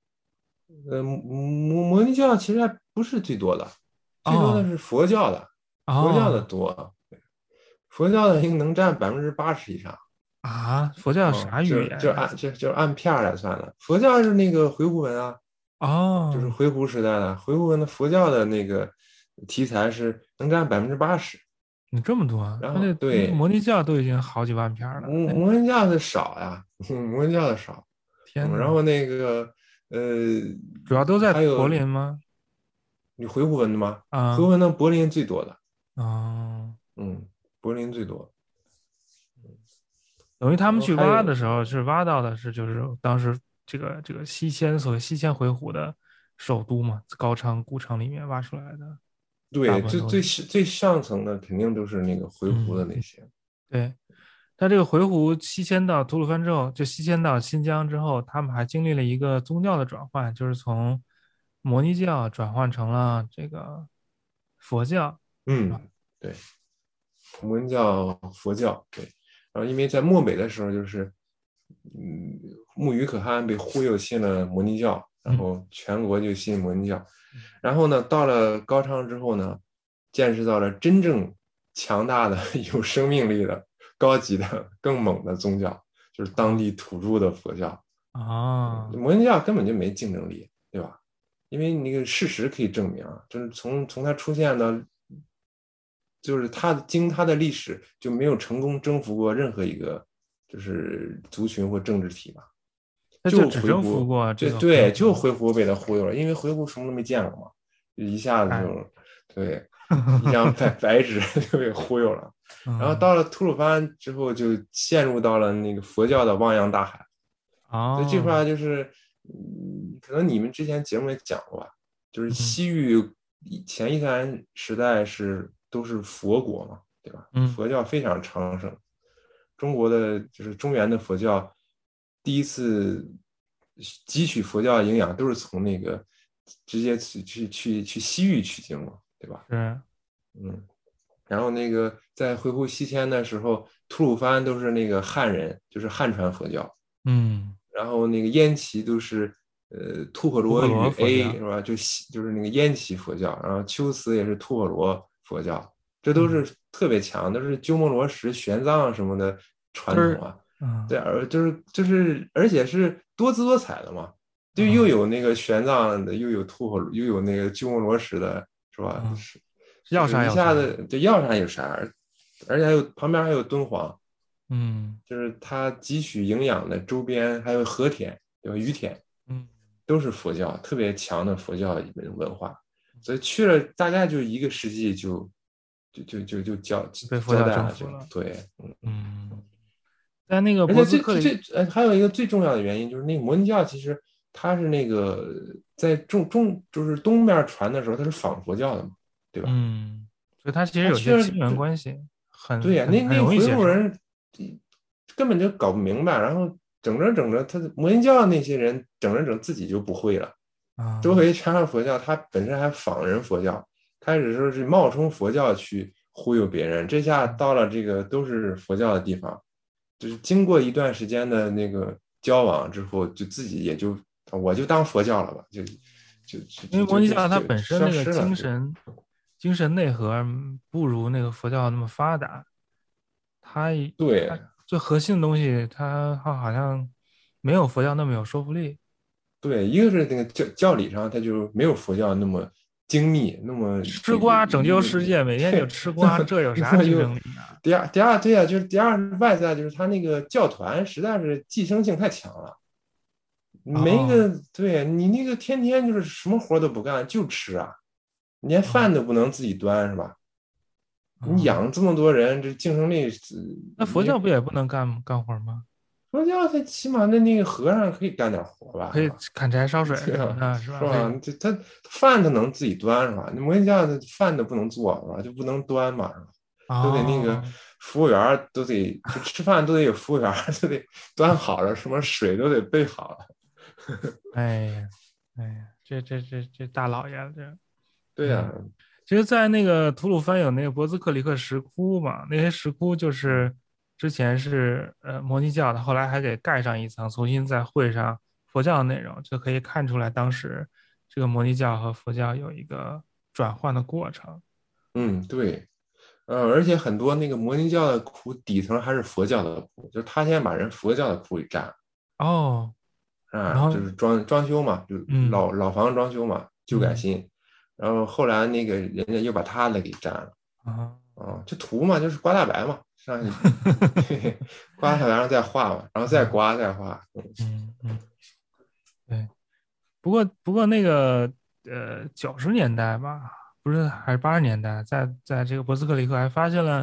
Speaker 2: 摩尼教其实还不是最多的，最多的
Speaker 1: 啊？
Speaker 2: 是佛教的，佛教的
Speaker 1: 哦
Speaker 2: 多，佛教的应该能占80%以上。
Speaker 1: 佛教
Speaker 2: 哦，
Speaker 1: 啥语言呀？
Speaker 2: 就是按片儿来算的。佛教是那个回鹘文啊，就是
Speaker 1: 哦，
Speaker 2: 回鹘时代的回鹘文的佛教的那个题材是能占80%。
Speaker 1: 你这么多啊？
Speaker 2: 然
Speaker 1: 那那摩
Speaker 2: 后对
Speaker 1: 尼教都已经好几万篇儿了。
Speaker 2: 摩尼教的少呀，摩尼教的少。
Speaker 1: 天呐，
Speaker 2: 然后那个呃，
Speaker 1: 主要都在柏
Speaker 2: 还有
Speaker 1: 林吗？
Speaker 2: 你回鹘文的吗？回鹘
Speaker 1: 啊，
Speaker 2: 文的柏林最多的，
Speaker 1: 哦。
Speaker 2: 嗯，柏林最多。
Speaker 1: 等于他们去
Speaker 2: 然后还有
Speaker 1: 挖的时候是挖到的是就是当时这个西迁所谓西迁回鹘的首都嘛，高昌古城里面挖出来的大
Speaker 2: 对，
Speaker 1: 部分都是。
Speaker 2: 最上层的肯定都是那个回鹘的
Speaker 1: 嗯，
Speaker 2: 那些。
Speaker 1: 对。但这个回鹘西迁到吐鲁番之后，就西迁到新疆之后，他们还经历了一个宗教的转换，就是从摩尼教转换成了这个佛教。
Speaker 2: 嗯，对，摩门教、佛教，对。然后因为在漠北的时候，就是木鱼可汗被忽悠信了摩尼教，然
Speaker 1: 嗯
Speaker 2: 后全国就信摩尼教。然后呢，到了高昌之后呢，见识到了真正强大的、有生命力的、高级的、更猛的宗教，就是当
Speaker 1: 啊
Speaker 2: 地土著的佛教。
Speaker 1: 啊，
Speaker 2: 摩尼教根本就没竞争力，对吧？因为那个事实可以证明啊，就是从它出现的，就是经它的历史就没有成功征服过任何一个就是族群或政治体吧。就
Speaker 1: 他就只征服
Speaker 2: 回鹘，
Speaker 1: 过这个回鹘。
Speaker 2: 对对，就回鹘被他忽悠了，因为回鹘什么都没见过嘛，就一下子
Speaker 1: 哎，
Speaker 2: 就对一张白纸就被忽悠了。然后
Speaker 1: 嗯，
Speaker 2: 到了吐鲁番之后，就陷入到了那个佛教的汪洋大海。所以这块
Speaker 1: 哦，
Speaker 2: 儿就是，可能你们之前节目也讲过吧，就是
Speaker 1: 嗯
Speaker 2: 西域前伊斯兰时代都是佛国嘛，对吧？
Speaker 1: 嗯
Speaker 2: 佛教非常昌盛，中国的就是中原的佛教第一次汲取佛教营养，都是从那个直接去西域取经嘛，对吧？
Speaker 1: 是，
Speaker 2: 嗯，然后那个在回鹘西迁的时候，吐鲁番都是那个汉人，就是汉传佛教。
Speaker 1: 嗯，
Speaker 2: 然后那个烟耆都是吐火
Speaker 1: 吐火罗
Speaker 2: 罗语
Speaker 1: 佛
Speaker 2: A
Speaker 1: 教。
Speaker 2: 是吧？就是那个烟耆佛教，然后龟兹也是吐火罗佛教，这都
Speaker 1: 嗯，
Speaker 2: 是特别强，都是鸠摩罗什玄奘什么的
Speaker 1: 就是，
Speaker 2: 传统啊。
Speaker 1: 嗯
Speaker 2: 对，而且是多姿多彩的嘛，就又
Speaker 1: 嗯
Speaker 2: 有那个玄奘的，又有又有那个鸠摩罗什的，是吧？
Speaker 1: 嗯，
Speaker 2: 就是一
Speaker 1: 要啥有啥。
Speaker 2: 下子就要啥有啥，而且旁边还有敦煌，
Speaker 1: 嗯
Speaker 2: 就是它汲取营养的周边还有和田，对吧？于田
Speaker 1: 嗯，
Speaker 2: 都是佛教，特别强的佛教文化，所以去了大概就一个世纪就
Speaker 1: 被佛教
Speaker 2: 交代了，就
Speaker 1: 征服了。
Speaker 2: 对，
Speaker 1: 嗯，在那个博
Speaker 2: 而且
Speaker 1: 兹克里。
Speaker 2: 还有一个最重要的原因就是那个摩尼教其实它是那个在就是东边传的时候它是仿佛教的嘛，对吧？
Speaker 1: 嗯，所以它其实
Speaker 2: 他去了，
Speaker 1: 有些亲缘关系，
Speaker 2: 对呀，那
Speaker 1: 很容易
Speaker 2: 回
Speaker 1: 接受。
Speaker 2: 鹘人根本就搞不明白，然后整着，他摩尼教那些人整自己就不会了，周
Speaker 1: 啊
Speaker 2: 围全是佛教，他本身还仿人佛教，开始说是冒充佛教去忽悠别人，这下到了这个都是佛教的地方，就是经过一段时间的那个交往之后，就自己也就我就当佛教了吧，
Speaker 1: 因为摩尼教它
Speaker 2: 就
Speaker 1: 本身那个
Speaker 2: 消失了，对
Speaker 1: 精神内核不如那个佛教那么发达，它
Speaker 2: 对。
Speaker 1: 最核心的东西它好像没有佛教那么有说服力。
Speaker 2: 对，一个是那个教理上，它就没有佛教那么精密，那么
Speaker 1: 吃瓜拯救世界，每天就
Speaker 2: 对，
Speaker 1: 吃瓜，这有啥竞
Speaker 2: 那么又
Speaker 1: 争力啊？
Speaker 2: 第二对呀、就是第二是外在，就是他那个教团实在是寄生性太强了，没
Speaker 1: 哦
Speaker 2: 个对你那个天天就是什么活都不干就吃啊，你连
Speaker 1: 哦
Speaker 2: 饭都不能自己端是吧？你
Speaker 1: 哦，
Speaker 2: 养这么多人，这竞争力，
Speaker 1: 那佛教不也不能干活吗？
Speaker 2: 佛教他起码那个和尚可以干点活吧，
Speaker 1: 可以
Speaker 2: 是吧？
Speaker 1: 砍柴烧水
Speaker 2: 对啊，
Speaker 1: 什么的，是吧？可以。
Speaker 2: 是吧？他饭他能自己端是吧？你摩尼教的饭都不能做是吧？就不能端嘛是吧？都得那个
Speaker 1: 哦，
Speaker 2: 服务员都得就吃饭都得有服务员都得端好了，什么水都得备好了。
Speaker 1: 哎呀，哎呀，这大老爷了，这。
Speaker 2: 对呀、
Speaker 1: 嗯，其实，在那个吐鲁番有那个博兹克里克石窟嘛，那些石窟就是之前是摩尼教的，后来还给盖上一层，重新再绘上佛教的内容，就可以看出来当时这个摩尼教和佛教有一个转换的过程。
Speaker 2: 对，而且很多那个摩尼教的窟底层还是佛教的窟，就是他先把人佛教的窟给占了
Speaker 1: 哦，然
Speaker 2: 啊，
Speaker 1: 后
Speaker 2: 就是装修嘛，就
Speaker 1: 嗯
Speaker 2: 老房装修嘛，旧改
Speaker 1: 嗯
Speaker 2: 新，然后后来那个人家又把他的给占了。
Speaker 1: 啊，
Speaker 2: 啊，就涂嘛，就是刮大白嘛，上去刮大白上再画嘛，然后再
Speaker 1: 嗯
Speaker 2: 刮再画。
Speaker 1: 嗯，对。不过那个90年代吧，不是还是80年代，在这个博斯克里克还发现了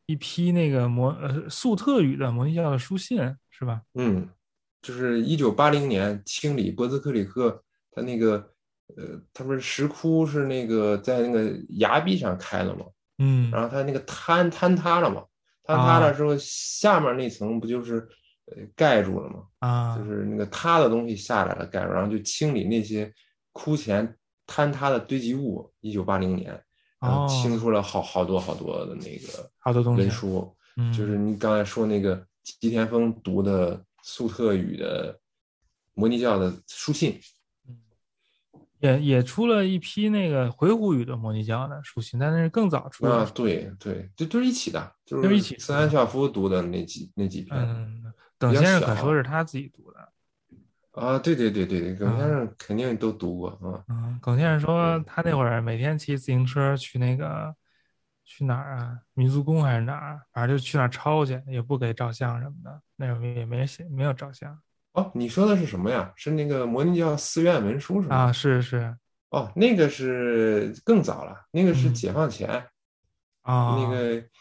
Speaker 1: 一批那个粟特语的摩尼教的书信，是吧？
Speaker 2: 嗯，就是1980年清理波斯克里克，他那个他不是石窟是那个在那个崖壁上开了吗？
Speaker 1: 嗯
Speaker 2: 然后他那个坍塌了嘛，坍塌了
Speaker 1: 啊
Speaker 2: 之后，下面那层不就是盖住了吗？就
Speaker 1: 啊
Speaker 2: 是那个塌的东西下来了，盖住，然后就清理那些窟前坍塌的堆积物。1980年，然后清
Speaker 1: 哦，
Speaker 2: 出了好多的那个
Speaker 1: 好多东西，
Speaker 2: 文书，就是
Speaker 1: 嗯。
Speaker 2: 你刚才说那个吉田丰读的粟特语的摩尼教的书信。
Speaker 1: 嗯也出了一批那个回鹘语的摩尼教的书信，但是更早出的，
Speaker 2: 对对，这都是一起的，就
Speaker 1: 都是一
Speaker 2: 是
Speaker 1: 起出的。
Speaker 2: 茨安孝夫读的那几篇，比
Speaker 1: 耿
Speaker 2: 较
Speaker 1: 先生可说是
Speaker 2: 小
Speaker 1: 他自己读的。
Speaker 2: 啊。对对对对对，耿先
Speaker 1: 嗯
Speaker 2: 生肯定都读过啊。
Speaker 1: 耿先生说
Speaker 2: 对，
Speaker 1: 他那会儿每天骑自行车去那个去哪儿啊？民族宫还是哪儿？反正就去那儿抄去，也不给照相什么的。那会儿也没有照相
Speaker 2: 哦，你说的是什么呀？是那个摩尼教寺院文书是吗？
Speaker 1: 啊。是是，
Speaker 2: 哦，那个是更早了，那个是
Speaker 1: 嗯
Speaker 2: 解放前，那
Speaker 1: 啊，
Speaker 2: 个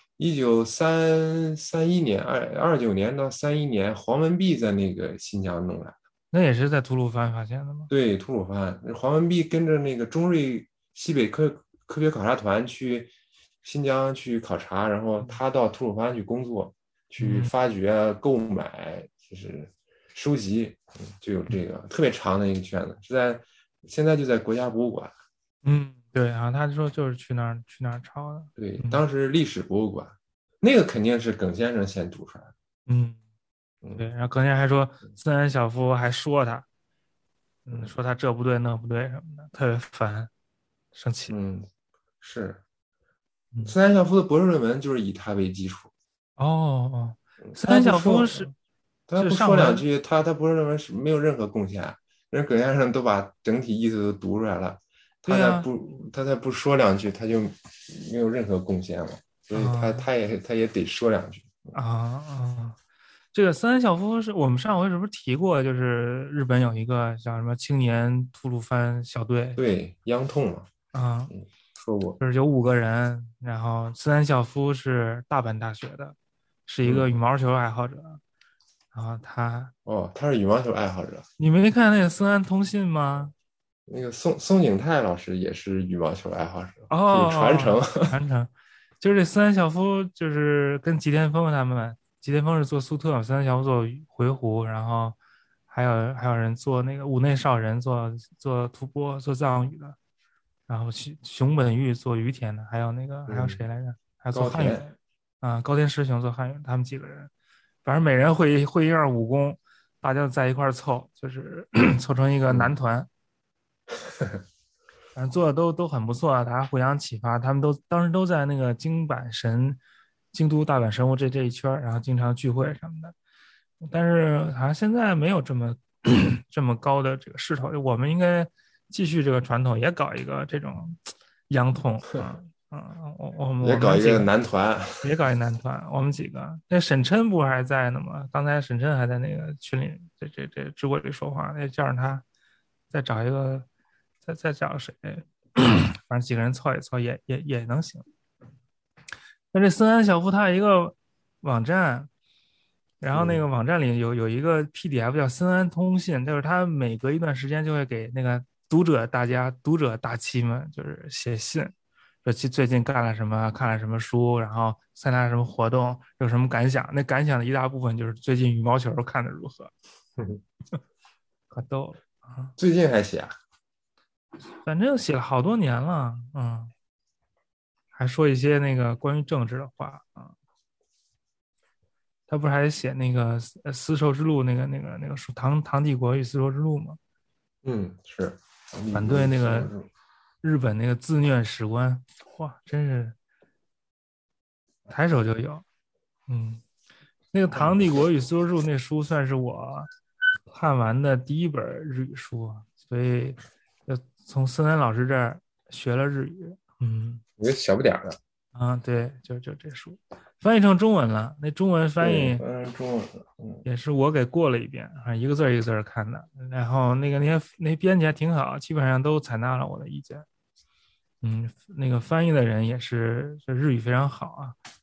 Speaker 2: 1931年、29年到31年，黄文弼在那个新疆弄来。
Speaker 1: 那也是在吐鲁番发现的吗？
Speaker 2: 对，吐鲁番，黄文弼跟着那个中瑞西北科学考察团去新疆去考察，然后他到吐鲁番去工作，去
Speaker 1: 嗯
Speaker 2: 发掘、购买，就是收集，就有这个特别长的一个卷子，现在就在国家博物馆。
Speaker 1: 对啊，他说就是去那儿抄的。
Speaker 2: 对，
Speaker 1: 嗯
Speaker 2: 当时历史博物馆，那个肯定是耿先生先读出来的。
Speaker 1: 嗯。
Speaker 2: 嗯
Speaker 1: 对，然后隔天还说自然小夫还说他，
Speaker 2: 嗯
Speaker 1: 说他这不对那不对什么的，特别烦，生气。
Speaker 2: 嗯，是。
Speaker 1: 嗯，
Speaker 2: 斯坦孝夫的博士论文就是以他为基础。
Speaker 1: 哦哦，森
Speaker 2: 他
Speaker 1: 山小夫
Speaker 2: 不说，
Speaker 1: 是
Speaker 2: 他不
Speaker 1: 上回
Speaker 2: 说两句，他博士论文是没有任何贡献。人葛先生都把整体意思都读出来了，
Speaker 1: 对呀
Speaker 2: 他再不说两句，他就没有任何贡献了。所以
Speaker 1: 啊
Speaker 2: 他也得说两句。
Speaker 1: 啊啊，这个森山小夫是我们上回是不是提过？就是日本有一个叫什么青年吐鲁番小队
Speaker 2: 对，央痛嘛。
Speaker 1: 啊，
Speaker 2: 说过。
Speaker 1: 就是有5个人，然后森山小夫是大阪大学的，是一个羽
Speaker 2: 嗯，
Speaker 1: 毛球爱好者，然后
Speaker 2: 哦，他是羽毛球爱好者。
Speaker 1: 你没看那个森安通信吗？
Speaker 2: 那个松井泰老师也是羽毛球爱好者，
Speaker 1: 哦
Speaker 2: 这有传承。
Speaker 1: 哦，传承，就是这森安小夫，就是跟吉田丰他们，吉田丰是做粟特嘛，森安小夫做回鹘，然后还有人做那个五内少人做吐蕃做藏语的，然后熊本玉做于田的，还有
Speaker 2: 嗯，
Speaker 1: 谁来着？还有做汉语的
Speaker 2: 高田。
Speaker 1: 啊，高田师雄做汉语，他们几个人，反正每人会一样武功，大家在一块儿凑，就是凑成一个男
Speaker 2: 嗯
Speaker 1: 团。反正做的都很不错啊，大家互相启发。他们当时都在那个京都大阪神户这一圈然后经常聚会什么的。但是好像现在没有这么这么高的这个势头，我们应该继续这个传统，也搞一个这种洋痛啊我
Speaker 2: 也搞一个
Speaker 1: 们几个
Speaker 2: 男团。
Speaker 1: 也搞一男团，我们几个那沈琛不还在呢吗？刚才沈琛还在那个群里这直播里说话，那叫上他再找一个。再找谁，反正几个人凑一凑也能行。那这森安小夫他有一个网站，然后那个
Speaker 2: 嗯
Speaker 1: 网站里有一个 PDF 叫森安通信，就是他每隔一段时间就会给那个读者大期们就是写信，说最近干了什么，看了什么书，然后参加什么活动，有什么感想。那感想的一大部分就是最近羽毛球看的如何，可逗了啊！
Speaker 2: 最近还写啊？
Speaker 1: 反正写了好多年了，还说一些那个关于政治的话啊。他不是还写那个丝绸之路那个书唐帝国与丝绸之路吗？
Speaker 2: 是。
Speaker 1: 反对那个日本那个自虐史观，哇，真是抬手就有。那个唐帝国与丝绸之路那书算是我看完的第一本日语书啊，所以从森南老师这儿学了日语。
Speaker 2: 一个小不点儿的。
Speaker 1: 对，就这书翻译成中文了，那中文翻
Speaker 2: 对，
Speaker 1: 译
Speaker 2: 翻成中文了。
Speaker 1: 也是我给过了一遍，一个字儿一个字儿看的，然后那些编辑还挺好，基本上都采纳了我的意见。那个翻译的人也是日语非常好啊。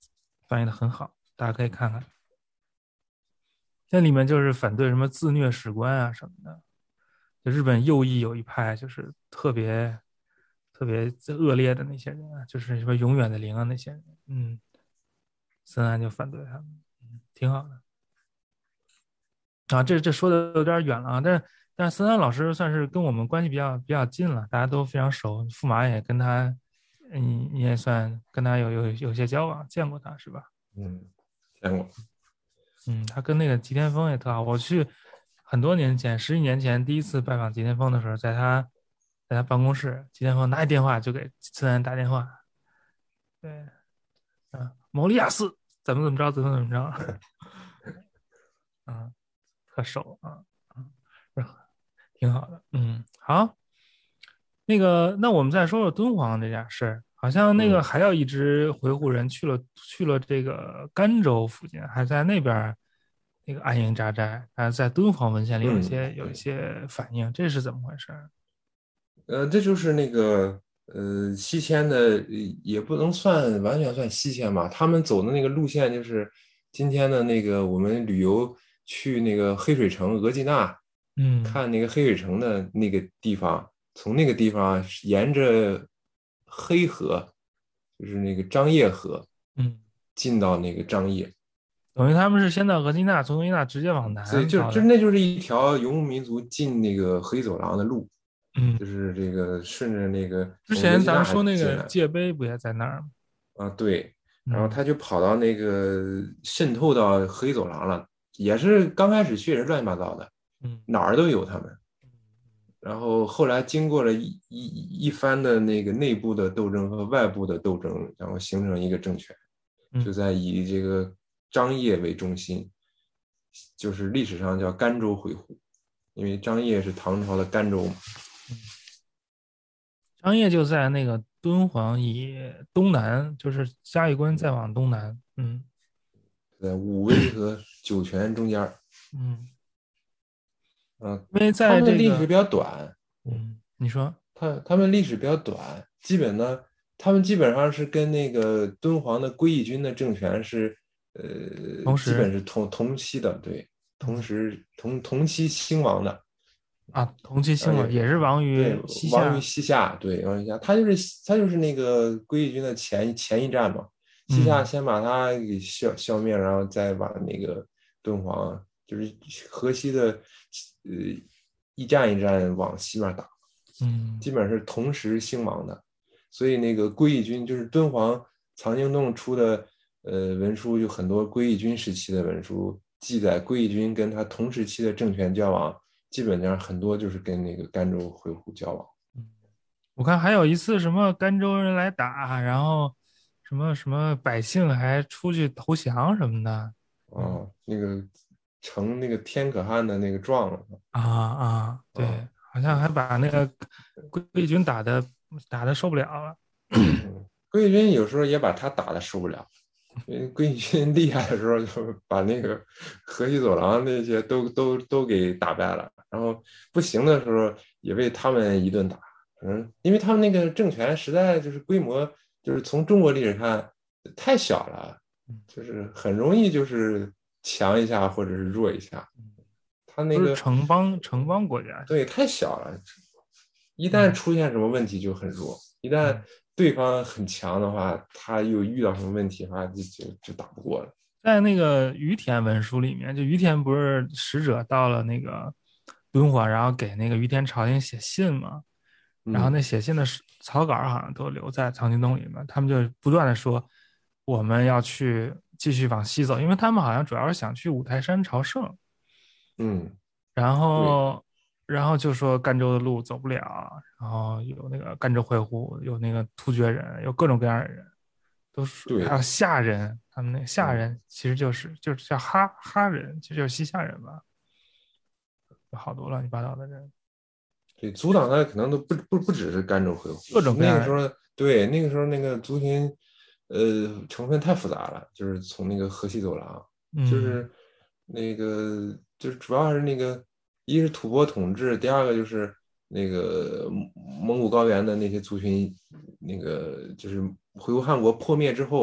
Speaker 1: 翻译的很好，大家可以看看。这里面就是反对什么自虐史观啊什么的。就日本右翼有一派就是特别恶劣的那些人啊，就是什么永远的零啊那些人，森安就反对他们，挺好的啊。这说的有点远了啊，但是森安老师算是跟我们关系比较近了，大家都非常熟，驸马也跟他，你也算跟他有些交往，见过他是吧？
Speaker 2: 嗯，见过。
Speaker 1: 他跟那个吉田峰也特好。我去很多年前，11年前第一次拜访吉田峰的时候，在他办公室，吉田峰拿起电话就给森安打电话，对，毛利亚斯怎么着，怎么着，啊，特熟啊，是挺好的，好，那我们再说说敦煌这件事儿，好像那个
Speaker 2: 嗯
Speaker 1: 还有一支维护人去了这个甘州附近，还在那边儿那个安营扎寨，在敦煌文献里有一
Speaker 2: 嗯，
Speaker 1: 些有一
Speaker 2: 对。
Speaker 1: 些反应，这是怎么回事？
Speaker 2: 这就是那个西迁的，也不能算完全算西迁吧。他们走的那个路线就是今天的那个我们旅游去那个黑水城额济纳
Speaker 1: 嗯
Speaker 2: 看那个黑水城的那个地方，从那个地方沿着黑河，就是那个张掖河，
Speaker 1: 嗯，
Speaker 2: 进到那个张掖。
Speaker 1: 等于他们是先到额济纳，从额济纳直接往
Speaker 2: 所以
Speaker 1: 南到的，
Speaker 2: 那就是一条游牧民族进那个黑走廊的路，
Speaker 1: 嗯，
Speaker 2: 就是这个顺着那个
Speaker 1: 之
Speaker 2: 从额济纳
Speaker 1: 前咱们说那
Speaker 2: 进来。
Speaker 1: 个界碑不也在那儿吗？
Speaker 2: 啊，对，然后
Speaker 1: 嗯
Speaker 2: 他就跑到那个渗透到黑走廊了，也是刚开始去也是乱七八糟的，
Speaker 1: 嗯
Speaker 2: 哪儿都有他们。然后后来经过了一番的那个内部的斗争和外部的斗争，然后形成一个政权，就
Speaker 1: 嗯
Speaker 2: 在以这个张掖为中心，就是历史上叫甘州会护，因为张掖是唐朝的甘州嘛。
Speaker 1: 嗯。张掖就在那个敦煌以东南，就是嘉峪关再往东南。
Speaker 2: 在武威和酒泉中间儿。
Speaker 1: 嗯，
Speaker 2: 嗯，
Speaker 1: 因为
Speaker 2: 他
Speaker 1: 在这个，
Speaker 2: 们的历史比较短。
Speaker 1: 你说，
Speaker 2: 他们历史比较短，他们基本上是跟那个敦煌的归义军的政权是，基
Speaker 1: 同时，
Speaker 2: 本是同期的，对，同
Speaker 1: 嗯
Speaker 2: 时同期兴亡的。
Speaker 1: 同期兴亡
Speaker 2: 而且
Speaker 1: 也是亡
Speaker 2: 对，
Speaker 1: 于西
Speaker 2: 亡于
Speaker 1: 夏。
Speaker 2: 西夏，对，亡于西夏，他就是那个归义军的前一站嘛。西夏
Speaker 1: 嗯
Speaker 2: 先把他给消灭，然后再把那个敦煌，就是河西的呃一站一站往西面打。
Speaker 1: 嗯
Speaker 2: 基本上是同时兴亡的。所以那个归义军就是敦煌藏经洞出的文书，就很多归义军时期的文书记载归义军跟他同时期的政权交往，基本上很多就是跟那个甘州会虎交往。
Speaker 1: 嗯，我看还有一次什么甘州人来打，然后什么什么百姓还出去投降什么的。嗯
Speaker 2: 啊，那个成那个天可汗的那个状了。
Speaker 1: 对，
Speaker 2: 啊，
Speaker 1: 好像还
Speaker 2: 对。
Speaker 1: 把那个贵军打的受不了了。
Speaker 2: 归义军有时候也把他打的受不了，因为归义军厉害的时候，就把那个河西走廊那些都给打败了，然后不行的时候也被他们一顿打。因为他们那个政权实在就是规模，就是从中国历史看太小了，就是很容易就是强一下或者是弱一下。他那
Speaker 1: 都是
Speaker 2: 个
Speaker 1: 城邦国家，
Speaker 2: 对太小了，一旦
Speaker 1: 嗯
Speaker 2: 出现什么问题就很弱，一旦
Speaker 1: 嗯，
Speaker 2: 对方很强的话，他又遇到什么问题的话，就打不过了。
Speaker 1: 在那个于田文书里面，就于田不是使者到了那个敦煌，然后给那个于田朝廷写信嘛，然后那
Speaker 2: 嗯
Speaker 1: 写信的草稿好像都留在藏经洞里面，他们就不断的说我们要去继续往西走，因为他们好像主要是想去五台山朝圣，
Speaker 2: 嗯，
Speaker 1: 然
Speaker 2: 对
Speaker 1: 后就说赣州的路走不了，然后有那个赣州会户，有那个突厥人，有各种各样的人，都是还有
Speaker 2: 对。
Speaker 1: 夏人，他们那个夏
Speaker 2: 嗯，
Speaker 1: 人其实就是叫哈人，其实就是西夏人吧，有好多乱七八糟的人，
Speaker 2: 对，阻挡他可能都不只是甘州会虎。
Speaker 1: 各种各样的人，
Speaker 2: 那个时候，对，那个时候那个族群，成分太复杂了，就是从那个河西走廊，就
Speaker 1: 嗯
Speaker 2: 是那个就是主要还是那个，一是吐蕃统治，第二个就是那个蒙古高原的那些族群，那个就是回鹘汗国破灭之后，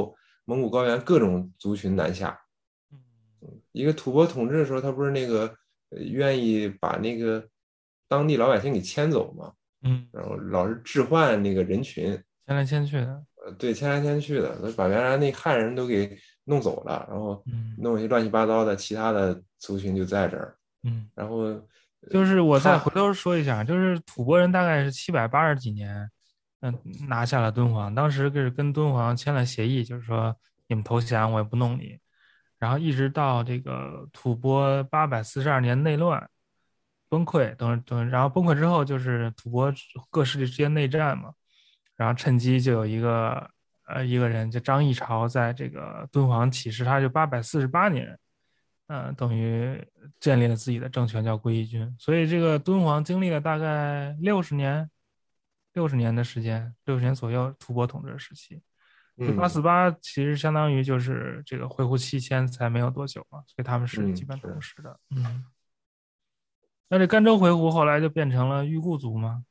Speaker 2: 蒙古高原各种族群南下。一个吐蕃统治的时候，他不是那个愿意把那个当地老百姓给迁走嘛，
Speaker 1: 嗯，
Speaker 2: 然后老是置换那个人群，
Speaker 1: 迁来迁去的。
Speaker 2: 对，迁来迁去的，把原来那汉人都给弄走了，然后
Speaker 1: 嗯
Speaker 2: 弄一些乱七八糟的其他的族群就在这儿，
Speaker 1: 嗯，
Speaker 2: 然后
Speaker 1: 就是我再回
Speaker 2: 他
Speaker 1: 头说一下，就是吐蕃人大概是780几年，拿下了敦煌，当时是跟敦煌签了协议，就是说你们投降我也不弄你，然后一直到这个吐蕃842年内乱崩溃，等，然后崩溃之后就是吐蕃各势力之间内战嘛，然后趁机就有一个人叫张议潮在这个敦煌起事，他就848年。等于建立了自己的政权，叫归义军。所以这个敦煌经历了大概60年，60年的时间，60年左右吐蕃统治时期。所以848其实相当于就是这个会乎期迁才没有多久嘛，所以他们是基本同时的。那这甘州回鹘后来就变成了裕固族吗？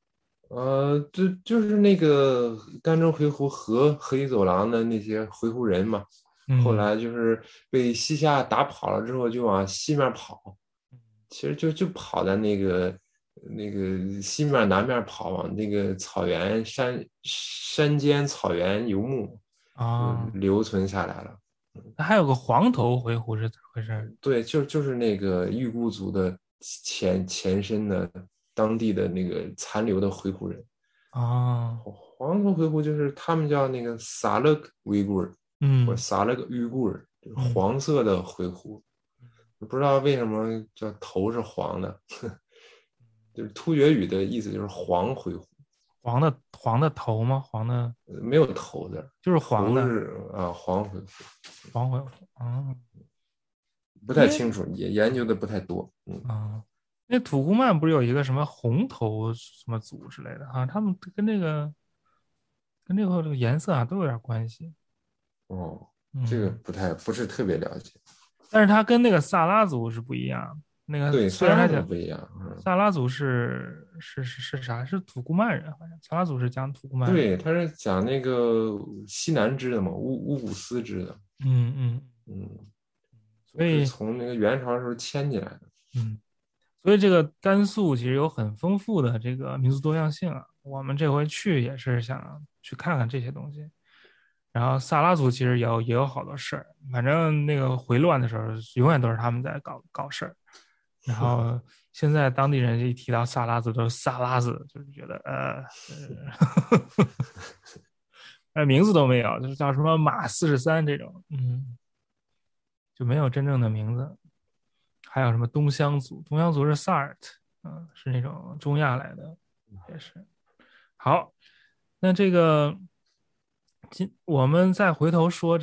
Speaker 2: 就是那个甘州回鹘和河西走廊的那些回鹘人嘛，后
Speaker 1: 嗯
Speaker 2: 来就是被西夏打跑了之后，就往西面跑，其实就跑在那个西面南面跑，往那个草原山间草原游牧，就
Speaker 1: 啊，
Speaker 2: 留存下来了。
Speaker 1: 那还有个黄头回鹘是怎么回事？
Speaker 2: 对，就是那个裕固族的前身的当地的那个残留的回鹘人。
Speaker 1: 啊，
Speaker 2: 黄头回鹘就是他们叫那个撒勒格维吾尔，或者
Speaker 1: 嗯
Speaker 2: 撒勒格裕固尔，就是
Speaker 1: 嗯
Speaker 2: 黄色的回鹘。不知道为什么叫头是黄的，就是突厥语的意思就是黄回鹘，
Speaker 1: 黄的头吗？黄的
Speaker 2: 没有头的，
Speaker 1: 就是黄
Speaker 2: 头
Speaker 1: 的
Speaker 2: 是黄回鹘，
Speaker 1: 黄回鹘啊。
Speaker 2: 不
Speaker 1: 因为
Speaker 2: 太清楚，也研究的不太多。
Speaker 1: 那土库曼不是有一个什么红头什么族之类的啊？他们跟这个颜色啊都有点关系。
Speaker 2: 哦，这个
Speaker 1: 嗯，
Speaker 2: 不是特别了解。
Speaker 1: 但是他跟那个萨拉族是不一样。那个
Speaker 2: 对，萨拉
Speaker 1: 虽然他讲
Speaker 2: 族不一样。
Speaker 1: 萨拉族是啥？是土库曼人，好像萨拉族是讲土库曼人。
Speaker 2: 对，他是讲那个西南支的嘛，乌古斯支的。
Speaker 1: 嗯嗯，
Speaker 2: 嗯，都是
Speaker 1: 所以
Speaker 2: 从那个元朝的时候迁进来的。
Speaker 1: 嗯，所以这个甘肃其实有很丰富的这个民族多样性啊。我们这回去也是想去看看这些东西。然后萨拉族其实也有好多事儿，反正那个回乱的时候，永远都是他们在搞事儿。然后现在当地人一提到萨拉族都是萨拉子，就是觉得名字都没有，就是叫什么马43这种，就没有真正的名字。还有什么东乡族？东乡族是萨尔特，是那种中亚来的，也是。好，那这个我们再回头说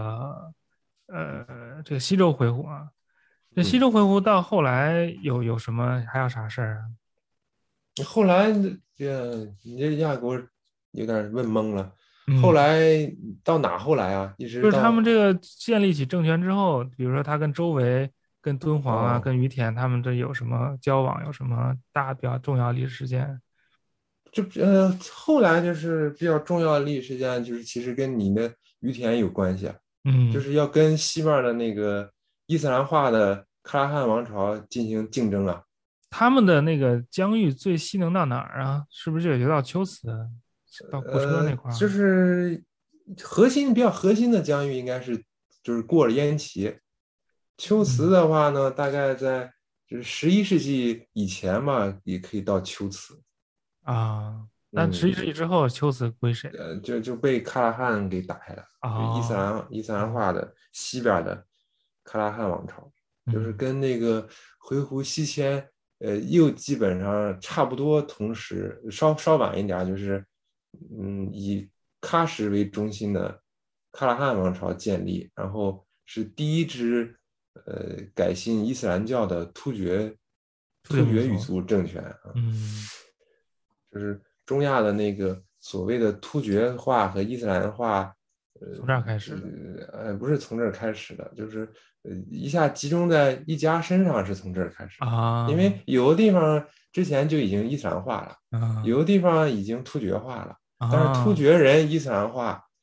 Speaker 1: 这个西周回鹘啊，这西
Speaker 2: 嗯，
Speaker 1: 周回鹘到后来有什么还有啥事儿啊？
Speaker 2: 后来你这亚国有点问懵了。后
Speaker 1: 嗯，
Speaker 2: 来到哪后来啊？一直
Speaker 1: 就是他们
Speaker 2: 到
Speaker 1: 这个建立起政权之后，比如说他跟周围、跟敦煌啊、
Speaker 2: 哦，
Speaker 1: 跟于田他们这有什么交往，有什么大比较重要历史事件？
Speaker 2: 后来就是比较重要的历史事件，就是其实跟你的于田有关系啊，就
Speaker 1: 嗯，
Speaker 2: 是要跟西面的那个伊斯兰化的喀拉汗王朝进行竞争啊。
Speaker 1: 他们的那个疆域最西能到哪儿啊？是不是就到龟兹，到库车那块
Speaker 2: 就
Speaker 1: 儿？
Speaker 2: 是比较核心的疆域应该是就是过了燕齐。龟兹
Speaker 1: 嗯
Speaker 2: 的话呢，大概在就是11世纪以前吧，也可以到龟兹。
Speaker 1: 啊，但11世纪
Speaker 2: 就
Speaker 1: 之后，龟兹归谁？
Speaker 2: 就被喀拉汗给打下来了，就
Speaker 1: 哦，
Speaker 2: 伊斯兰
Speaker 1: 嗯
Speaker 2: 化的西边的喀拉汗王朝，就是
Speaker 1: 嗯
Speaker 2: 跟那个回鹘西迁，又基本上差不多同时，稍晚一点，就是以喀什为中心的喀拉汗王朝建立，然后是第一支改信伊斯兰教的突
Speaker 1: 突厥民族，
Speaker 2: 厥语族政权啊。
Speaker 1: 嗯，
Speaker 2: 就是中亚的那个所谓的突厥化和伊斯兰化，
Speaker 1: 从这儿开始的
Speaker 2: 不是从这儿开始的，就是一下集中在一家身上是从这儿开始的。因
Speaker 1: 啊
Speaker 2: 为有的地方之前就已经伊斯兰化了，
Speaker 1: 啊
Speaker 2: 有的地方已经突厥化了，但是突
Speaker 1: 啊
Speaker 2: 厥人伊斯兰化，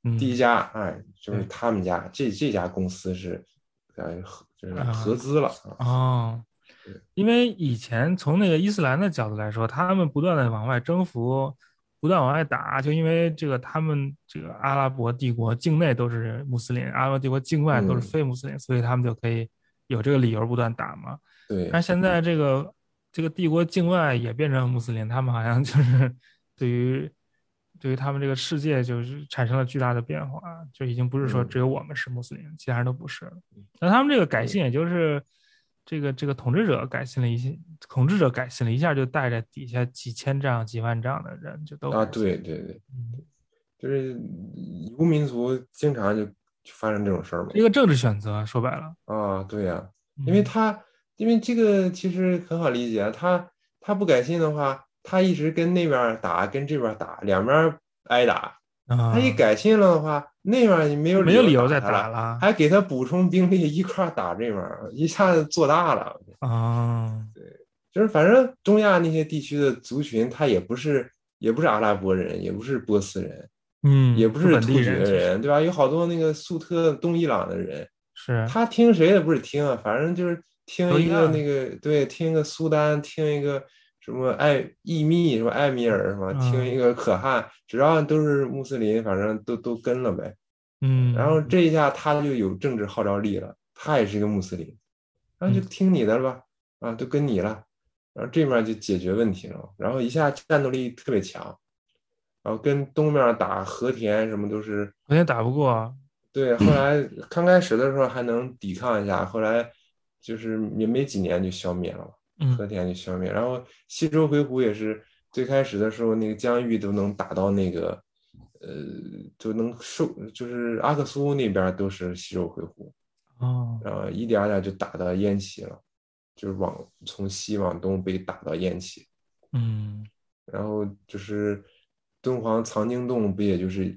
Speaker 2: 第一
Speaker 1: 嗯，
Speaker 2: 家，哎，就是
Speaker 1: 对
Speaker 2: 他们家这家公司是，就是合
Speaker 1: 啊，
Speaker 2: 资了啊。
Speaker 1: 哦。
Speaker 2: 对，
Speaker 1: 因为以前从那个伊斯兰的角度来说，他们不断的往外征服，不断往外打，就因为这个他们这个阿拉伯帝国境内都是穆斯林，阿拉伯帝国境外都是
Speaker 2: 嗯，
Speaker 1: 非穆斯林，所以他们就可以有这个理由不断打嘛。但
Speaker 2: 对
Speaker 1: 是现在这个帝国境外也变成穆斯林，他们好像就是对于对于他们这个世界就是产生了巨大的变化，就已经不是说只
Speaker 2: 嗯
Speaker 1: 有我们是穆斯林，其他人都不是了。那他们这个改
Speaker 2: 对
Speaker 1: 信，也就是这个统治者改信了一些，统治者改信了一下，就带着底下几千丈、几万丈的人就都
Speaker 2: 啊，
Speaker 1: 改信。
Speaker 2: 对对对，
Speaker 1: 嗯，
Speaker 2: 就是游民族经常就发生这种事儿嘛。
Speaker 1: 是一个政治选择，说白了。
Speaker 2: 啊，对呀，因为
Speaker 1: 嗯
Speaker 2: 因为这个其实很好理解啊，他不改信的话，他一直跟那边儿打，跟这边儿打，两边儿挨打。他一
Speaker 1: 啊，
Speaker 2: 改信了的话，那边儿你没有
Speaker 1: 就没
Speaker 2: 理由
Speaker 1: 有理由再
Speaker 2: 打他了，
Speaker 1: 打了。
Speaker 2: 还给他补充兵力一块儿打这边儿，一下子做大了。
Speaker 1: 啊，
Speaker 2: 就是反正中亚那些地区的族群，他也不是阿拉伯人，也不是波斯人，也
Speaker 1: 嗯，
Speaker 2: 不
Speaker 1: 是本地
Speaker 2: 是突厥
Speaker 1: 人，其实
Speaker 2: 人，对吧？有好多那个粟特、东伊朗的人，
Speaker 1: 是
Speaker 2: 他听谁的不是听啊？反正就是听一个那
Speaker 1: 都一样。
Speaker 2: 个，对，听一个苏丹，听一个什么伊密，什么艾米尔，什么听一
Speaker 1: 嗯
Speaker 2: 个可汗，只要都是穆斯林，反正都跟了呗。然后
Speaker 1: 嗯
Speaker 2: 这一下他就有政治号召力了，他也是一个穆斯林，然后就
Speaker 1: 嗯
Speaker 2: 听你的了吧，啊，都跟你了，然后这面就解决问题了，然后一下战斗力特别强，然后跟东面打和田什么都是。
Speaker 1: 昨天打不过。
Speaker 2: 对，后来刚开始的时候还能抵抗一下，后来就是也没几年就消灭了嘛，和
Speaker 1: 嗯，
Speaker 2: 田就消灭。然后西周回鹘也是最开始的时候，那个疆域都能打到那个，呃，就能就是阿克苏那边都是西周回鹘，
Speaker 1: 哦，
Speaker 2: 然后一点点就打到燕齐了，就是从西往东北打到燕齐。
Speaker 1: 嗯
Speaker 2: 然后就是敦煌藏经洞，不也就是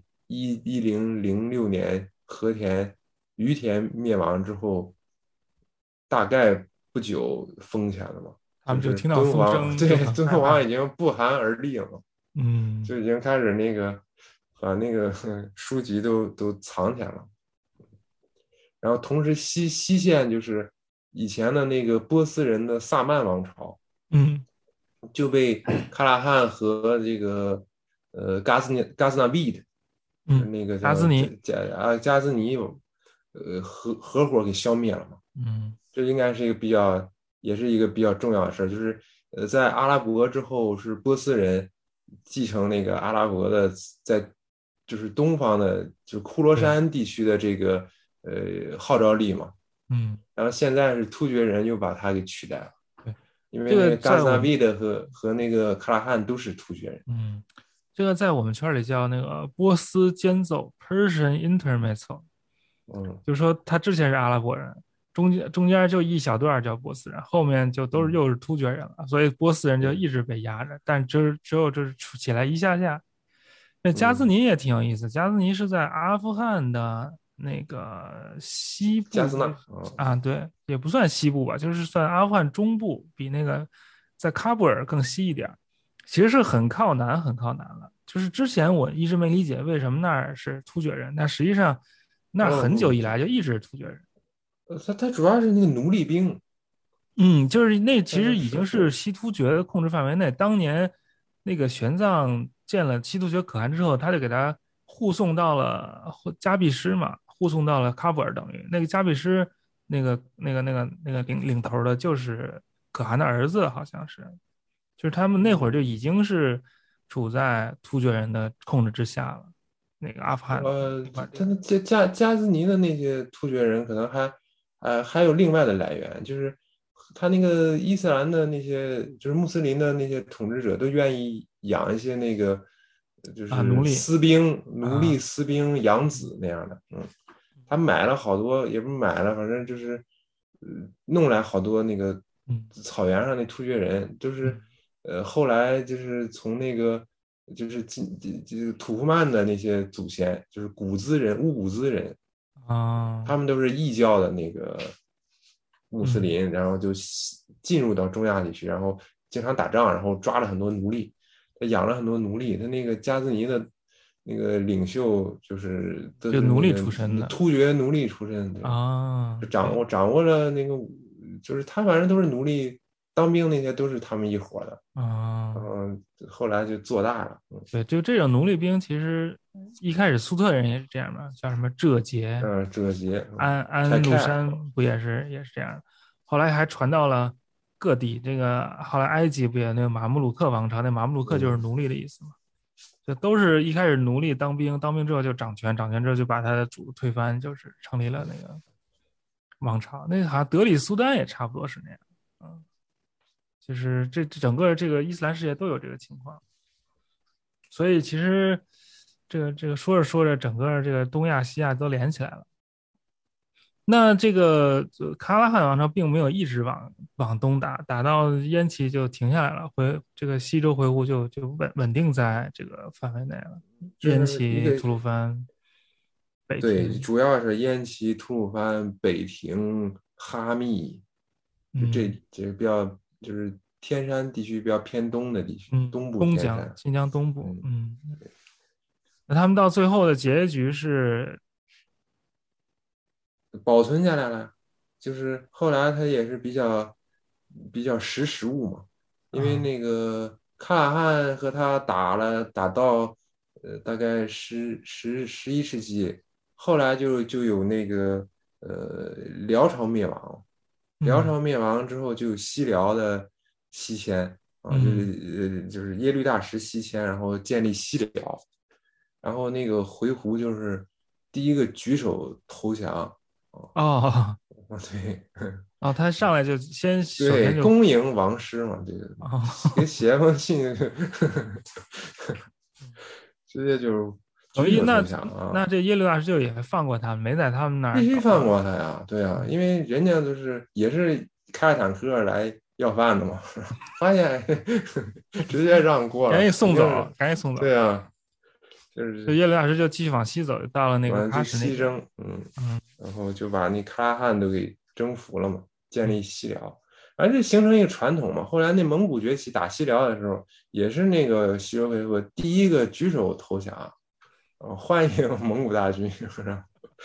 Speaker 2: 1006年于田灭亡之后，大概不久封起来了嘛？
Speaker 1: 他们就
Speaker 2: 就是
Speaker 1: 听到风
Speaker 2: 敦煌，
Speaker 1: 声就
Speaker 2: 对，
Speaker 1: 很
Speaker 2: 敦
Speaker 1: 害怕。
Speaker 2: 煌已经不寒而栗了嘛，
Speaker 1: 嗯
Speaker 2: 就已经开始那个把那个书籍都藏起来了。然后同时西线就是以前的那个波斯人的萨曼王朝，
Speaker 1: 嗯
Speaker 2: 就被卡拉汗和这个嘎兹纳比的，就是
Speaker 1: 嗯，
Speaker 2: 那个叫
Speaker 1: 达兹尼。
Speaker 2: 加兹尼，合伙给消灭了嘛。
Speaker 1: 嗯
Speaker 2: 这应该是一个也是一个比较重要的事儿，就是在阿拉伯之后是波斯人继承那个阿拉伯的，在就是东方的，就是库罗
Speaker 1: 对
Speaker 2: 山地区的这个号召力嘛。
Speaker 1: 嗯
Speaker 2: 然后现在是突厥人又把它给取代了。
Speaker 1: 对，
Speaker 2: 因为
Speaker 1: 这个
Speaker 2: 那个嘎
Speaker 1: 在我们
Speaker 2: 兹纳维的和那个卡拉汗都是突厥人。
Speaker 1: 嗯这个在我们圈里叫那个波斯间奏 （Persian Intermezzo），
Speaker 2: 嗯
Speaker 1: 就是说他之前是阿拉伯人，中间就一小段叫波斯人，后面就都是
Speaker 2: 嗯
Speaker 1: 又是突厥人了，所以波斯人就
Speaker 2: 对，
Speaker 1: 一直被压着，但只有就是起来一下下。那加兹
Speaker 2: 嗯，
Speaker 1: 尼也挺有意思，加兹尼是在阿富汗的那个西部，
Speaker 2: 加兹纳啊，
Speaker 1: 啊，对，也不算西部吧，就是算阿富汗中部，比那个在喀布尔更西一点儿，其实是很靠南，很靠南了。就是之前我一直没理解为什么那儿是突厥人，但实际上那儿很久以来就一直是突厥人。
Speaker 2: 他主要是那个奴隶兵，
Speaker 1: 嗯，就是那
Speaker 2: 他
Speaker 1: 其实已经是
Speaker 2: 是
Speaker 1: 西突厥的控制范围内。当年那个玄奘见了西突厥可汗之后，他就给他护送到了加必师嘛，护送到了喀布尔，等于那个加必师那个领头的就是可汗的儿子，好像是，就是他们那会儿就已经是处在突厥人的控制之下了，那个阿富汗那块地方。
Speaker 2: 他那加兹尼的那些突厥人可能还有另外的来源，就是他那个伊斯兰的那些就是穆斯林的那些统治者都愿意养一些那个就
Speaker 1: 啊，奴
Speaker 2: 是
Speaker 1: 隶
Speaker 2: 奴隶、
Speaker 1: 啊，
Speaker 2: 私兵、养子那样的。他买了好多，也不是买了，反正就是弄来好多那个
Speaker 1: 嗯
Speaker 2: 草原上的突厥人，就是
Speaker 1: 嗯
Speaker 2: 后来就是从那个就是土库曼的那些祖先，就是乌古兹人，
Speaker 1: 啊
Speaker 2: 他们都是异教的那个穆斯
Speaker 1: 嗯
Speaker 2: 林，然后就进入到中亚地区，然后经常打仗，然后抓了很多奴隶，他养了很多奴隶。他那个加兹尼的那个领袖就是都
Speaker 1: 就奴隶
Speaker 2: 是那个
Speaker 1: 出身的
Speaker 2: 突厥奴隶出身，对，
Speaker 1: 啊，
Speaker 2: 就
Speaker 1: 对，
Speaker 2: 掌握了那个，就是他反正都是奴隶，当兵那些都是他们一伙的，
Speaker 1: 啊，
Speaker 2: 后来就做大了，
Speaker 1: 对，就这种奴隶兵，其实一开始粟特人也是这样的，叫什么浙羯、
Speaker 2: 这些，
Speaker 1: 安禄
Speaker 2: 开开，
Speaker 1: 山不也是这样的？后来还传到了各地。这个后来埃及不也那个马木鲁克王朝，那马木鲁克就是
Speaker 2: 嗯
Speaker 1: 奴隶的意思嘛？就都是一开始奴隶当兵，当兵之后就掌权，掌权之后就把他的主推翻，就是成立了那个王朝。那好像德里苏丹也差不多是那样，嗯，就是这整个这个伊斯兰世界都有这个情况。所以其实这个说着说着，整个这个东亚西亚都连起来了。那这个卡拉汗王朝并没有一直往东打，打到燕齐就停下来了，这个西周回鹘就稳定在这个范围内了。燕
Speaker 2: 就是一
Speaker 1: 齐、
Speaker 2: 个
Speaker 1: 吐鲁番、北
Speaker 2: 对，
Speaker 1: 庭，
Speaker 2: 主要是燕齐、吐鲁番、北庭、哈密，就
Speaker 1: 嗯
Speaker 2: 这比较就是天山地区比较偏东的地区，
Speaker 1: 嗯，
Speaker 2: 东部
Speaker 1: 东疆、
Speaker 2: 天山，
Speaker 1: 新疆东部，
Speaker 2: 嗯，
Speaker 1: 嗯，那他们到最后的结局是，
Speaker 2: 保存下来了。就是后来他也是比较识时务嘛，因为
Speaker 1: 啊，
Speaker 2: 那个喀喇汗和他打到大概11世纪，后来就有那个辽朝灭亡，辽
Speaker 1: 嗯
Speaker 2: 朝灭亡之后就有西辽的西迁啊，
Speaker 1: 嗯，
Speaker 2: 就是耶律大石西迁，然后建立西辽，然后那个回鹘就是第一个举手投降。
Speaker 1: 哦
Speaker 2: 对
Speaker 1: 哦，他上来就首
Speaker 2: 对，
Speaker 1: 先就
Speaker 2: 恭迎王师嘛，这个给
Speaker 1: 哦。
Speaker 2: 写封信，直接就
Speaker 1: 等于
Speaker 2: 举手投降啊，
Speaker 1: 那这耶律大石就也放过他们，没在他们那儿
Speaker 2: 必须放
Speaker 1: 搞了。
Speaker 2: 过他呀，对啊，
Speaker 1: 嗯，
Speaker 2: 因为人家都是也是开着坦克来要饭的嘛，发现直接让过了，
Speaker 1: 赶紧
Speaker 2: 肯定是，
Speaker 1: 送走，赶紧送走。
Speaker 2: 对啊，就是
Speaker 1: 就耶律大石就继续往西走，就到了那个
Speaker 2: 完了就
Speaker 1: 喀什那边。
Speaker 2: 西征，
Speaker 1: 嗯
Speaker 2: 然后就把那喀拉汗都给征服了嘛，建
Speaker 1: 嗯，
Speaker 2: 立西辽，反正这形成一个传统嘛。后来那蒙古崛起打西辽的时候，也是那个西周回鹘第一个举手投降，欢迎蒙古大军，是不是？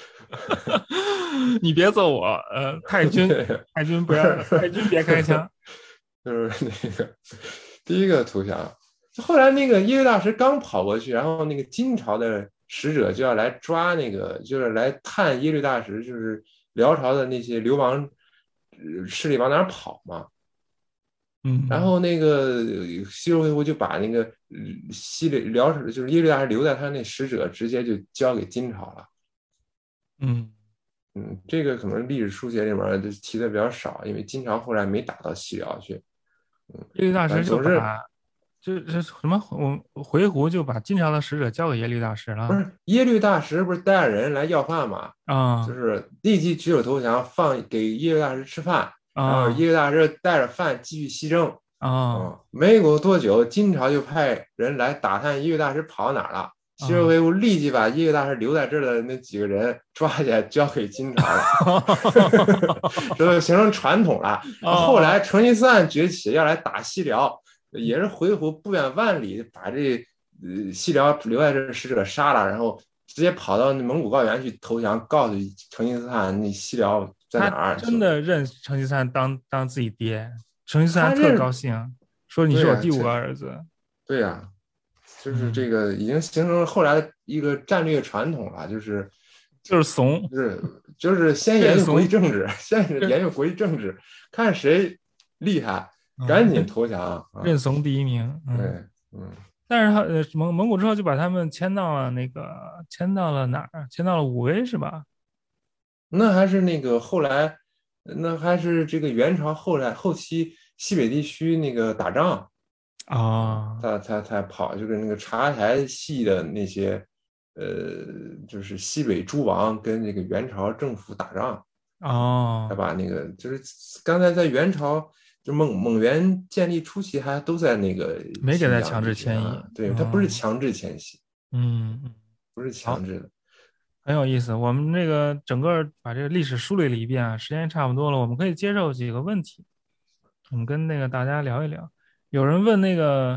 Speaker 1: 你别揍我，太君，
Speaker 2: 对，
Speaker 1: 太君不要，太君别开枪。
Speaker 2: 就是那个第一个投降。后来那个耶律大石刚跑过去，然后那个金朝的使者就要来抓那个，就是来探耶律大石，就是辽朝的那些流亡势力往哪儿跑嘛。然
Speaker 1: 嗯
Speaker 2: 后那个西周回鹘就把那个西辽就是耶律大石留在他那使者，直接就交给金朝了。
Speaker 1: 嗯，
Speaker 2: 这个可能历史书写里面就提的比较少，因为金朝后来没打到西辽去。
Speaker 1: 耶律大石就
Speaker 2: 反正总是
Speaker 1: 把这什么，我回鹘就把金朝的使者交给耶律大石了。
Speaker 2: 不是耶律大石不是带着人来要饭嘛？就
Speaker 1: 啊
Speaker 2: 是立即举手投降，给耶律大石吃饭，然后
Speaker 1: 啊
Speaker 2: 耶律大石带着饭继续西征。
Speaker 1: 啊
Speaker 2: 没过多久，金朝就派人来打探耶律大石跑哪儿了。西周
Speaker 1: 啊！
Speaker 2: 回鹘立即把耶律大石留在这儿的那几个人抓起来交给金朝了，这就形成传统了。后
Speaker 1: 哦
Speaker 2: 来成吉思汗崛起要来打西辽，也是回鹘不远万里把这西辽留在这儿使者杀了，然后直接跑到蒙古高原去投降，告诉成吉思汗那西辽在哪
Speaker 1: 他
Speaker 2: 儿。
Speaker 1: 真的认成吉思汗当自己爹，成吉思汗特高
Speaker 2: 他这
Speaker 1: 兴，说你是
Speaker 2: 对呀、
Speaker 1: 我第五个儿子。
Speaker 2: 对呀、就是这
Speaker 1: 嗯，
Speaker 2: 个已经形成了后来的一个战略传统了，
Speaker 1: 就是怂，
Speaker 2: 就是先研究国际
Speaker 1: 认怂，
Speaker 2: 政治，先
Speaker 1: 认
Speaker 2: 研究国际政治，看谁厉害，
Speaker 1: 嗯认
Speaker 2: 赶紧投降啊！
Speaker 1: 认怂第一名。
Speaker 2: 对，
Speaker 1: 嗯，
Speaker 2: 嗯，
Speaker 1: 但是他蒙古之后就把他们迁到了哪儿？迁到了武威是吧？
Speaker 2: 那还是那个后来，那还是这个元朝后期西北地区那个打仗
Speaker 1: 啊
Speaker 2: 他才跑，就是那个察台系的那些，就是西北诸王跟这个元朝政府打仗，他
Speaker 1: 哦，
Speaker 2: 把那个就是刚才在元朝，就蒙元建立初期还都在那个
Speaker 1: 没给
Speaker 2: 新疆
Speaker 1: 他强制
Speaker 2: 地区啊，
Speaker 1: 迁移。
Speaker 2: 对，他不是
Speaker 1: 嗯
Speaker 2: 强制迁徙，
Speaker 1: 嗯，
Speaker 2: 不是
Speaker 1: 好。
Speaker 2: 强制的，
Speaker 1: 很有意思。我们这个整个把这个历史梳理了一遍啊，时间差不多了，我们可以接受几个问题，我们跟那个大家聊一聊。有人问那个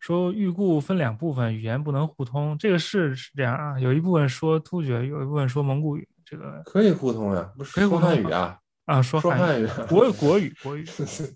Speaker 1: 说预固分两部分，语言不能互通，这个是这样啊，有一部分说突厥语，有一部分说蒙古语，这个
Speaker 2: 可以互通呀，不是说
Speaker 1: 可以互通吗？
Speaker 2: 汉语啊，
Speaker 1: 啊，说汉语，
Speaker 2: 说汉语啊，
Speaker 1: 国语，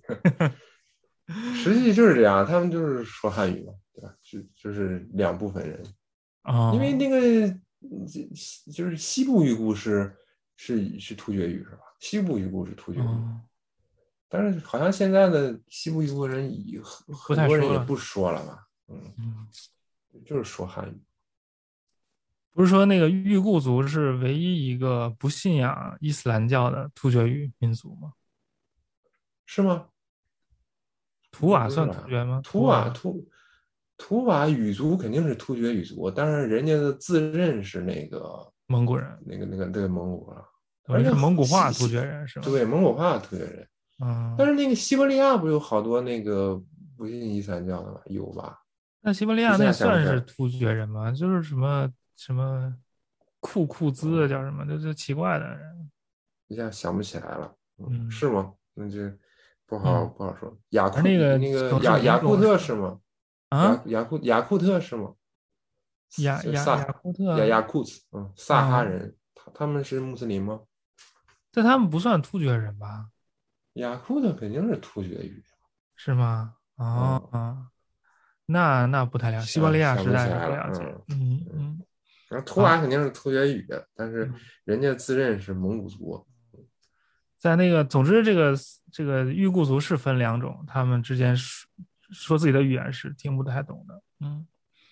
Speaker 2: 实际就是这样，他们就是说汉语嘛，对吧？就是两部分人，因为
Speaker 1: 哦
Speaker 2: 那个就是西部语故是突厥语是吧？西部语故是突厥语，
Speaker 1: 哦，
Speaker 2: 但是好像现在的西部语故人也很
Speaker 1: 不
Speaker 2: 很
Speaker 1: 太说了，
Speaker 2: 多人也不说了吧？
Speaker 1: 嗯，
Speaker 2: 就是说汉语，
Speaker 1: 不是说那个裕固族是唯一一个不信仰伊斯兰教的突厥语民族吗？
Speaker 2: 是吗？
Speaker 1: 图瓦算突
Speaker 2: 不是吧？
Speaker 1: 厥吗？图
Speaker 2: 图瓦
Speaker 1: 瓦，
Speaker 2: 图图瓦语族肯定是突厥语族，但是人家的自认是
Speaker 1: 蒙古人，
Speaker 2: 那个蒙古了，而且
Speaker 1: 等于是蒙古化突厥
Speaker 2: 西西
Speaker 1: 人是吗？
Speaker 2: 对蒙古化突厥人，但
Speaker 1: 嗯，
Speaker 2: 是那个西伯利亚不有好多那个不信伊斯兰教的吗？有吧？
Speaker 1: 那西伯利
Speaker 2: 一下
Speaker 1: 亚那算
Speaker 2: 想不起来，
Speaker 1: 是突厥人吗？就是什么库兹叫什么？这奇怪的人。
Speaker 2: 一下想不起来了，
Speaker 1: 嗯
Speaker 2: 是吗？那就
Speaker 1: 嗯，
Speaker 2: 不好说。
Speaker 1: 而那个
Speaker 2: 那个
Speaker 1: 城市民
Speaker 2: 雅库
Speaker 1: 众是
Speaker 2: 特是吗？
Speaker 1: 啊，
Speaker 2: 雅库特是吗？就
Speaker 1: 雅库特
Speaker 2: 雅库茨，萨哈
Speaker 1: 啊，
Speaker 2: 人，他们是穆斯林吗？
Speaker 1: 但他们不算突厥人吧？
Speaker 2: 雅库特肯定是突厥语，
Speaker 1: 是吗？哦
Speaker 2: 嗯，
Speaker 1: 啊，那不太了解，西伯利亚
Speaker 2: 想
Speaker 1: 实在是
Speaker 2: 不起来了，
Speaker 1: 不了解。嗯嗯，
Speaker 2: 然后图瓦
Speaker 1: 好，
Speaker 2: 肯定是突厥语的，但是
Speaker 1: 嗯，
Speaker 2: 人家自认是蒙古族，
Speaker 1: 在那个，总之这个裕固族是分两种，他们之间说自己的语言是听不太懂的。嗯。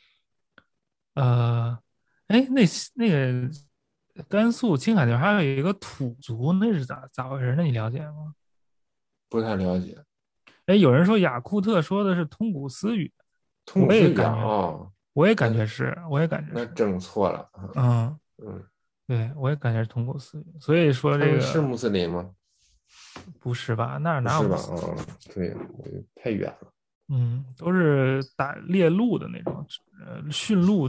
Speaker 1: 哎，那个甘肃青海那边还有一个土族，那是咋回事？那你了解吗？
Speaker 2: 不太了解。
Speaker 1: 哎，有人说雅库特说的是通古斯语，我
Speaker 2: 通古斯语啊，
Speaker 1: 也感觉，我也感觉是，我也感觉是，
Speaker 2: 那整错了，
Speaker 1: 嗯，
Speaker 2: 嗯，
Speaker 1: 对，我也感觉是通古斯语，所以说
Speaker 2: 他
Speaker 1: 这个
Speaker 2: 们是穆斯林吗？
Speaker 1: 不是吧？那哪有
Speaker 2: 不是吧？
Speaker 1: 穆斯林？
Speaker 2: 对，太远了。
Speaker 1: 嗯，都是打猎鹿的那种，驯鹿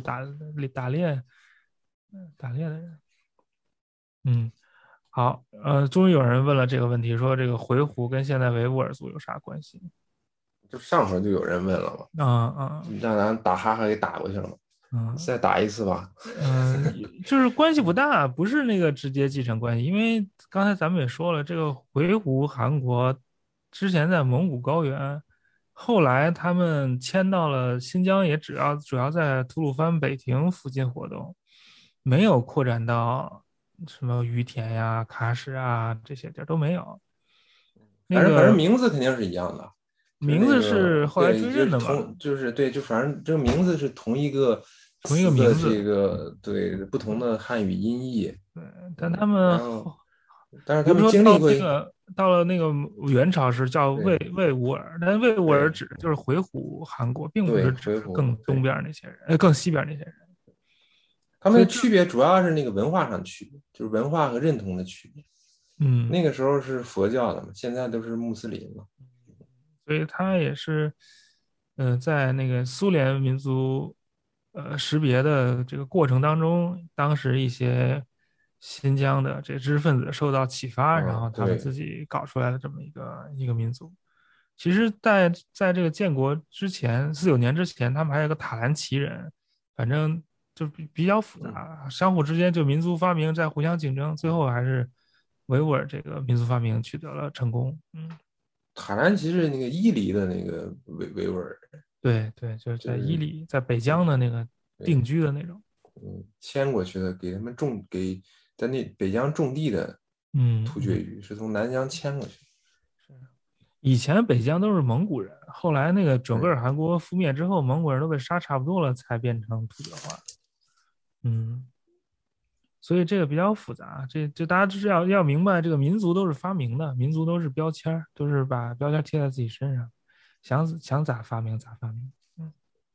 Speaker 1: 打猎的人，嗯。好，终于有人问了这个问题，说这个回鹘跟现在维吾尔族有啥关系？
Speaker 2: 就上回就有人问了嘛，
Speaker 1: 嗯嗯
Speaker 2: 让咱打哈哈给打过去了嘛，
Speaker 1: 嗯
Speaker 2: 再打一次吧。
Speaker 1: 就是关系不大，不是那个直接继承关系，因为刚才咱们也说了，这个回鹘汗国之前在蒙古高原，后来他们迁到了新疆，也主要在吐鲁番北庭附近活动，没有扩展到什么于田呀、喀什啊这些地儿都没有。那
Speaker 2: 反正
Speaker 1: 个
Speaker 2: 名字肯定是一样的，就是
Speaker 1: 名字
Speaker 2: 那个
Speaker 1: 是后来
Speaker 2: 对，
Speaker 1: 追认的嘛，
Speaker 2: 就反正这个名字是同一个
Speaker 1: 同一个
Speaker 2: 词的
Speaker 1: 名字，
Speaker 2: 这个对不同的汉语音译，
Speaker 1: 对，但他们
Speaker 2: 然后但是他们
Speaker 1: 比如说
Speaker 2: 经历过
Speaker 1: 到了那个元朝时叫
Speaker 2: 对
Speaker 1: 魏吾尔，但魏吾尔
Speaker 2: 对
Speaker 1: 指的就是回鹘汗国，并不是指
Speaker 2: 对回鹘
Speaker 1: 更东
Speaker 2: 对。
Speaker 1: 边那些人，更西边那些人。
Speaker 2: 他们
Speaker 1: 所以这
Speaker 2: 的区别主要是那个文化上区别，就是文化和认同的区别。
Speaker 1: 嗯，
Speaker 2: 那个时候是佛教的嘛，现在都是穆斯林了。
Speaker 1: 所以他也是在那个苏联民族识别的这个过程当中，当时一些新疆的这知识分子受到启发，然后他们自
Speaker 2: 对，
Speaker 1: 己搞出来的这么一个民族。其实在这个建国之前，49年之前，他们还有个塔兰奇人，反正就比较复
Speaker 2: 嗯，
Speaker 1: 杂，相互之间就民族发明在互相竞争，最后还是维吾尔这个民族发明取得了成功。嗯。
Speaker 2: 塔兰奇是那个伊犁的那个维吾尔人，
Speaker 1: 对对，就是在伊
Speaker 2: 就是
Speaker 1: 犁，在北
Speaker 2: 对
Speaker 1: 疆的那个定
Speaker 2: 对，
Speaker 1: 居的那种。
Speaker 2: 迁过去的，给他们在那北疆种地的突厥
Speaker 1: 嗯嗯，
Speaker 2: 语是从南疆迁过去的。
Speaker 1: 以前北疆都是蒙古人，后来那个准噶
Speaker 2: 对，
Speaker 1: 尔汗国覆灭之后，蒙古人都被杀差不多了，才变成突厥化。嗯，所以这个比较复杂，这大家就是要明白，这个民族都是发明的，民族都是标签儿，都是把标签贴在自己身上，想咋发明咋发明。嗯，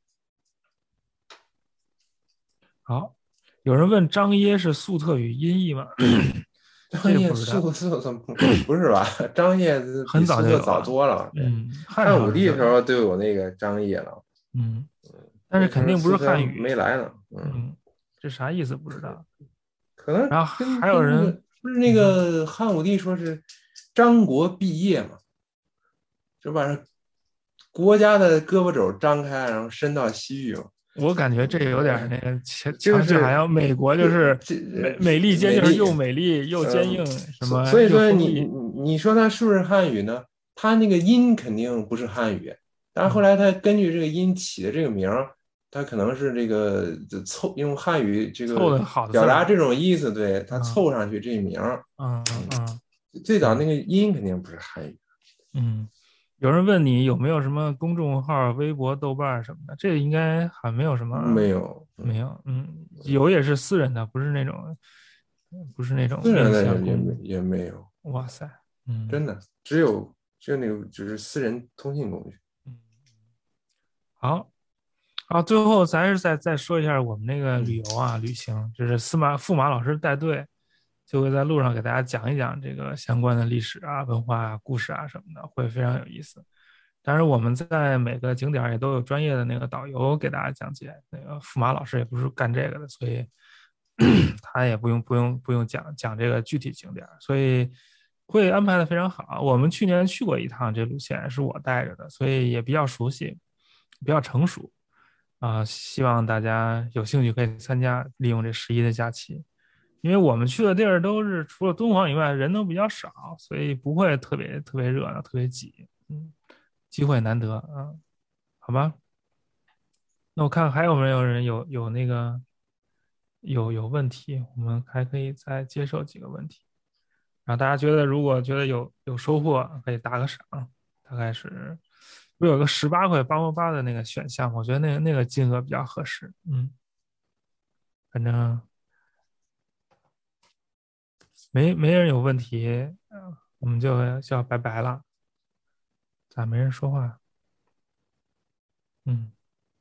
Speaker 1: 好，有人问张掖是粟特语音译吗？这
Speaker 2: 张掖
Speaker 1: 个不知道。
Speaker 2: 怎么不是吧？张掖比
Speaker 1: 很早
Speaker 2: 苏特早
Speaker 1: 就有了，
Speaker 2: 多了。对，
Speaker 1: 汉
Speaker 2: 汉武帝
Speaker 1: 朝时就有，
Speaker 2: 时候都有那个张掖了，
Speaker 1: 嗯，但是
Speaker 2: 那时
Speaker 1: 肯定不是
Speaker 2: 候苏特
Speaker 1: 汉语，
Speaker 2: 没来呢。
Speaker 1: 这啥意思不知道。
Speaker 2: 可能
Speaker 1: 然后还有
Speaker 2: 跟那个
Speaker 1: 人，
Speaker 2: 不是那
Speaker 1: 你说，
Speaker 2: 个汉武帝说是张国毕业嘛，这玩意儿国家的胳膊肘张开，然后伸到西域嘛。
Speaker 1: 我感觉这有点那个强势，好
Speaker 2: 就是
Speaker 1: 像美国就是
Speaker 2: 这
Speaker 1: 美利坚，就是
Speaker 2: 美丽，
Speaker 1: 又美丽又坚硬，什么又
Speaker 2: 所以说
Speaker 1: 锋利。
Speaker 2: 你说它是不是汉语呢？它那个音肯定不是汉语，但是后
Speaker 1: 嗯，
Speaker 2: 来它根据这个音起的这个名儿，它可能是这个用汉语这个
Speaker 1: 凑的好的字儿。
Speaker 2: 表达这种意思，对，它
Speaker 1: 嗯
Speaker 2: 凑上去这名儿。
Speaker 1: 嗯，
Speaker 2: 最早
Speaker 1: 对。
Speaker 2: 那个音肯定不是汉语。
Speaker 1: 嗯，有人问你有没有什么公众号、微博、豆瓣儿什么的，这个应该还没有什么，
Speaker 2: 没有。
Speaker 1: 没有。有也是私人的，不是那种
Speaker 2: 私人
Speaker 1: 面
Speaker 2: 的也没
Speaker 1: 向公众。
Speaker 2: 也没有。
Speaker 1: 哇塞。嗯
Speaker 2: 真的只有那个就是私人通信工具。
Speaker 1: 嗯，好。好，最后咱是再说一下我们那个旅
Speaker 2: 嗯，
Speaker 1: 游啊，旅行，就是驸马老师带队，就会在路上给大家讲一讲这个相关的历史啊、文化啊、故事啊什么的，会非常有意思。当然，我们在每个景点儿也都有专业的那个导游给大家讲解。那个驸马老师也不是干这个的，所以他也不用讲这个具体景点儿，所以会安排的非常好。我们去年去过一趟，这路线是我带着的，所以也比较熟悉，比较成熟。希望大家有兴趣可以参加，利用这十一的假期。因为我们去的地儿都是除了敦煌以外人都比较少，所以不会特别特别热闹、特别挤。机会难得啊。好吧。那我看还有没有人有那个有问题，我们还可以再接受几个问题。然后大家如果觉得有收获，可以打个赏，大概是不是有个18块8毛8的那个选项？我觉得那个金额比较合适。反正没人有问题，我们就要拜拜了。咋没人说话？嗯，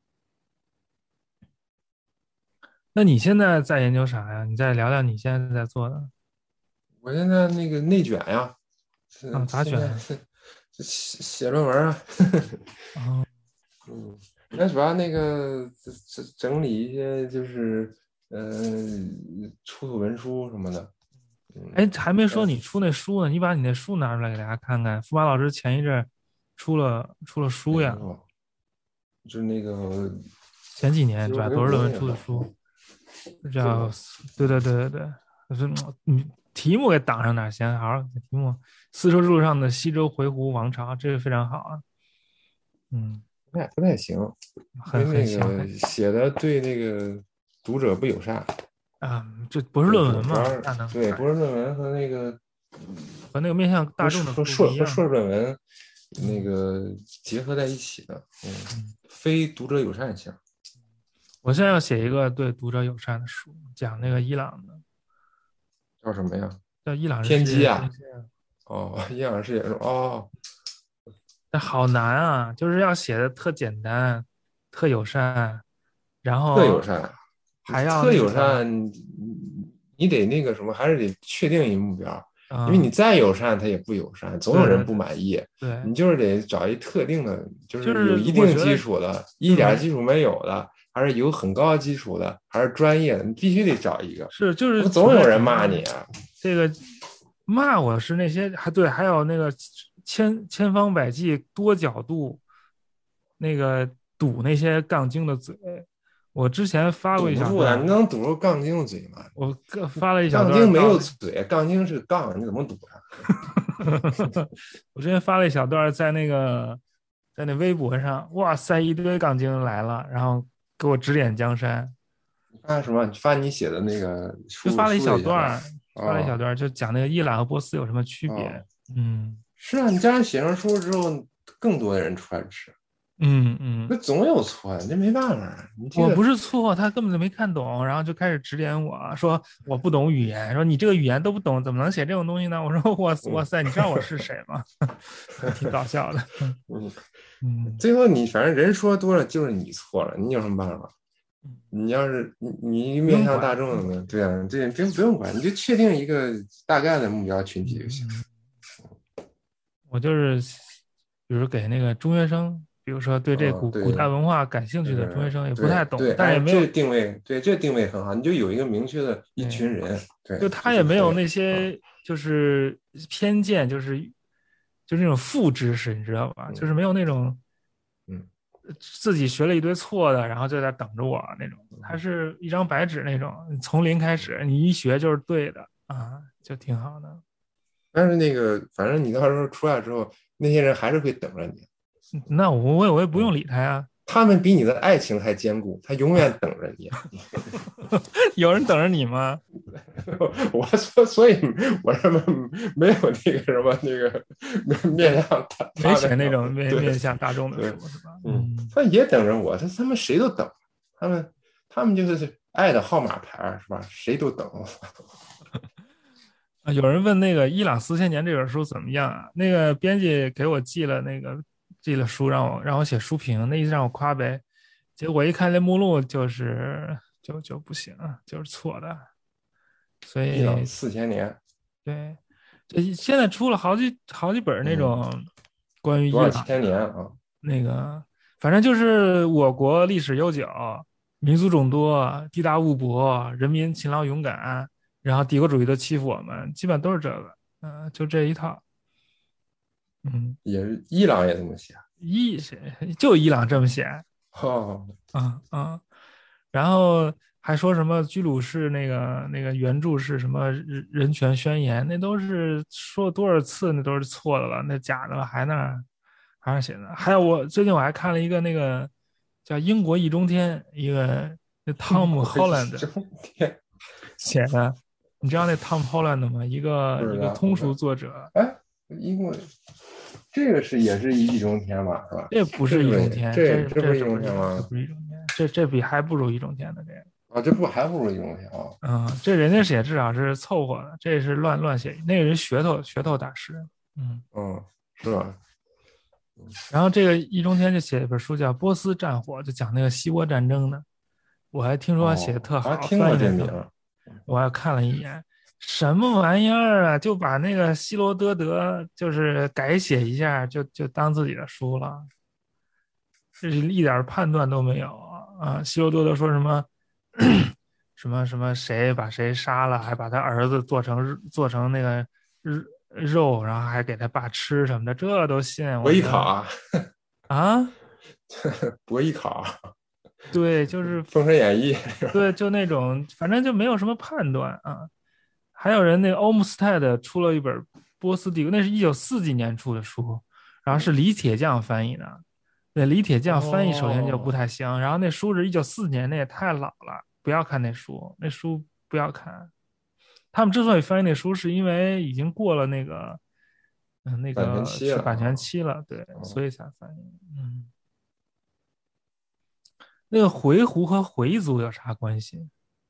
Speaker 1: 那你现在在研究啥呀？你再聊聊你现在在做的。
Speaker 2: 我现在那个内卷呀，
Speaker 1: 咋
Speaker 2: 现在
Speaker 1: 卷啊？
Speaker 2: 写论文啊。
Speaker 1: 哦。
Speaker 2: 嗯，那主要那个整理一些就是出土文书什么的。
Speaker 1: 哎，
Speaker 2: 嗯，
Speaker 1: 还没说
Speaker 2: 但
Speaker 1: 你出那书呢，你把你那书拿出来给大家看看。驸马老师前一阵出了书呀。
Speaker 2: 没有，就是那个
Speaker 1: 前几年对吧？
Speaker 2: 自由回
Speaker 1: 博士论文
Speaker 2: 国那个。
Speaker 1: 出的书，叫
Speaker 2: 是吗？
Speaker 1: 对对对对对，就是你题目给挡上点儿先，好好题目丝绸之路上的西周回鹘王朝，这个非常好啊。嗯，
Speaker 2: 不太行，因为
Speaker 1: 很
Speaker 2: 那个
Speaker 1: 行
Speaker 2: 写的对那个读者不友善。
Speaker 1: 啊。这不是
Speaker 2: 对，
Speaker 1: 论文嘛，
Speaker 2: 主要是
Speaker 1: 那能
Speaker 2: 对
Speaker 1: 咋样？
Speaker 2: 博士论文和那个
Speaker 1: 和那个面向大众的
Speaker 2: 和
Speaker 1: 书不一样。
Speaker 2: 硕论文那
Speaker 1: 嗯
Speaker 2: 个结合在一起的。
Speaker 1: 嗯，
Speaker 2: 非读者友善性。
Speaker 1: 我现在要写一个对读者友善的书，讲那个伊朗的，
Speaker 2: 叫什么呀？
Speaker 1: 叫《伊朗人世
Speaker 2: 天机啊。
Speaker 1: 界中心》。
Speaker 2: 哦，阴阳师也是哦。
Speaker 1: 但好难啊，就是要写的特简单，特友善，然后
Speaker 2: 特友善。
Speaker 1: 还要
Speaker 2: 特
Speaker 1: 那个。
Speaker 2: 友善，你得那个什么，还是得确定一目标，因为你
Speaker 1: 嗯，
Speaker 2: 再友善，他也不友善，总有人不
Speaker 1: 对对对
Speaker 2: 满意。
Speaker 1: 对，
Speaker 2: 你就是得找一特定的，就
Speaker 1: 就
Speaker 2: 是有一定
Speaker 1: 是我觉得
Speaker 2: 基础的，一
Speaker 1: 就是没
Speaker 2: 点基础没有的，还是有很高基础的，还是专业的，你必须得找一个，
Speaker 1: 是就是
Speaker 2: 不
Speaker 1: 处在
Speaker 2: 总有人
Speaker 1: 你那个
Speaker 2: 骂你啊。
Speaker 1: 这个骂我是那些还有那个千方百计多角度那个堵那些杠精的嘴。我之前发过一
Speaker 2: 堵不住的，你
Speaker 1: 小段儿，
Speaker 2: 能堵住杠精的嘴吗？
Speaker 1: 我发了一小
Speaker 2: 杠精没
Speaker 1: 段儿
Speaker 2: 有嘴，杠精是杠，你怎么堵上？
Speaker 1: 我之前发了一小段在那微博上，哇塞，一堆杠精来了，然后给我指点江山。
Speaker 2: 你发什么？你发你写的那个书
Speaker 1: 就发了一
Speaker 2: 书里去了？
Speaker 1: 小段儿，
Speaker 2: 哦
Speaker 1: 就讲那个伊朗和波斯有什么区别。
Speaker 2: 哦，
Speaker 1: 嗯
Speaker 2: 是啊，你这样写上书之后，更多的人出来吃，那
Speaker 1: 嗯，
Speaker 2: 总有错，你这没办法。你这
Speaker 1: 我不
Speaker 2: 个，
Speaker 1: 是错，他根本就没看懂，然后就开始指点我说我不懂语言，说你这个语言都不懂，怎么能写这种东西呢？我说哇
Speaker 2: 嗯
Speaker 1: 塞，你知道我是谁吗？还挺搞笑的。
Speaker 2: 嗯，
Speaker 1: 嗯，
Speaker 2: 最后你反正人说多了就是你错了，你有什么办法？
Speaker 1: 嗯
Speaker 2: 你要是你面向
Speaker 1: 不用管，
Speaker 2: 大众的，对啊，这不用管，你就确定一个大概的目标群体就行。
Speaker 1: 嗯，我就是比如给那个中学生，比如说对这古代
Speaker 2: 对，
Speaker 1: 文化感兴趣的中学生，也不太懂，
Speaker 2: 对对，哎，
Speaker 1: 但也没有。
Speaker 2: 这定位，对，这定位很好，你就有一个明确的一
Speaker 1: 对，
Speaker 2: 群人，对，
Speaker 1: 就
Speaker 2: 这
Speaker 1: 他也
Speaker 2: 就可以了。
Speaker 1: 没有那些偏见，就是那种负知识，你知道吧？就是
Speaker 2: 嗯，
Speaker 1: 没有那种自己学了一堆错的，然后就在等着我那种。他是一张白纸那种，从零开始，你一学就是对的啊，就挺好的。
Speaker 2: 但是那个反正你到时候出来之后，那些人还是会等着你。
Speaker 1: 那我也不
Speaker 2: 嗯，
Speaker 1: 用理他呀，
Speaker 2: 他们比你的爱情还坚固，他永远等着你。
Speaker 1: 有人等着你吗？
Speaker 2: 我说，所以我这么没有那个什么那个面向他的。
Speaker 1: 没写那种
Speaker 2: 对
Speaker 1: 面向大众的
Speaker 2: 对，
Speaker 1: 书是吧？嗯。
Speaker 2: 他也等着我，他们谁都等，他们就是爱的号码牌是吧？谁都等。
Speaker 1: 啊，有人问那个《伊朗四千年》这本书怎么样啊？那个编辑给我寄了书，让我写书评，那意思让我夸呗。结果一看这目录，就不行，就是错的。所
Speaker 2: 伊朗
Speaker 1: 以
Speaker 2: 4000年，
Speaker 1: 对，这现在出了好几本那
Speaker 2: 嗯，
Speaker 1: 种关于伊
Speaker 2: 多少
Speaker 1: 朗的
Speaker 2: 千年啊？
Speaker 1: 那个，反正就是我国历史悠久，民族众多，地大物博，人民勤劳勇敢，然后帝国主义都欺负我们，基本都是这个，就这一套。嗯，
Speaker 2: 也是伊朗也这么写。
Speaker 1: 伊就伊朗这么写，
Speaker 2: 哦，
Speaker 1: 然后还说什么居鲁士那个原著是什么人权宣言，那都是说了多少次，那都是错的了，那假的了，还是写的。还有最近我还看了一个那个叫《英国易中天》，一个那汤姆·
Speaker 2: 中国
Speaker 1: Holland
Speaker 2: 中天
Speaker 1: 写的，你知道那汤姆· Holland 吗？一
Speaker 2: 不知
Speaker 1: 个一个通
Speaker 2: 道不知道。
Speaker 1: 俗作者，
Speaker 2: 哎，英国这个也是易中天吧？是吧？
Speaker 1: 这不是
Speaker 2: 这是不是
Speaker 1: 易中天，
Speaker 2: 这不是易
Speaker 1: 不是易中，这
Speaker 2: 中天吗？
Speaker 1: 不是易中天，这比还不如易中天的这个。
Speaker 2: 啊，这还不如易中天啊。
Speaker 1: 这人家写至少是凑合的，这是乱写，那个人噱头大师。嗯，
Speaker 2: 嗯，是吧？
Speaker 1: 然后这个易中天就写一本书叫《波斯战火》，就讲那个西波战争的。我还听说他写的
Speaker 2: 哦，
Speaker 1: 特好，
Speaker 2: 还听过
Speaker 1: 翻译的特好，
Speaker 2: 这名儿。
Speaker 1: 我还看了一眼，什么玩意儿啊？就把那个希罗多德就是改写一下，就当自己的书了，这是一点判断都没有啊！希罗多德说什么什么谁把谁杀了，还把他儿子做成那个肉，然后还给他爸吃什么的，这都信？
Speaker 2: 博
Speaker 1: 我觉得
Speaker 2: 弈考啊，
Speaker 1: 啊，
Speaker 2: 博弈考，
Speaker 1: 对，就是
Speaker 2: 《封神演义》是吧？
Speaker 1: 对，就那种，反正就没有什么判断啊。还有人那个欧姆斯泰的出了一本《波斯帝国》，那是1940几年出的书，然后是李铁匠翻译的。那李铁匠翻译首先就不
Speaker 2: 哦，
Speaker 1: 太行，然后那书是1944年，那也太老了，不要看那书，那书不要看。他们之所以翻译那书，是因为已经过了那
Speaker 2: 版权
Speaker 1: 个
Speaker 2: 期了啊。
Speaker 1: 版权期了，对，
Speaker 2: 哦，
Speaker 1: 所以才翻译。嗯，那个回鹘和回族有啥关系？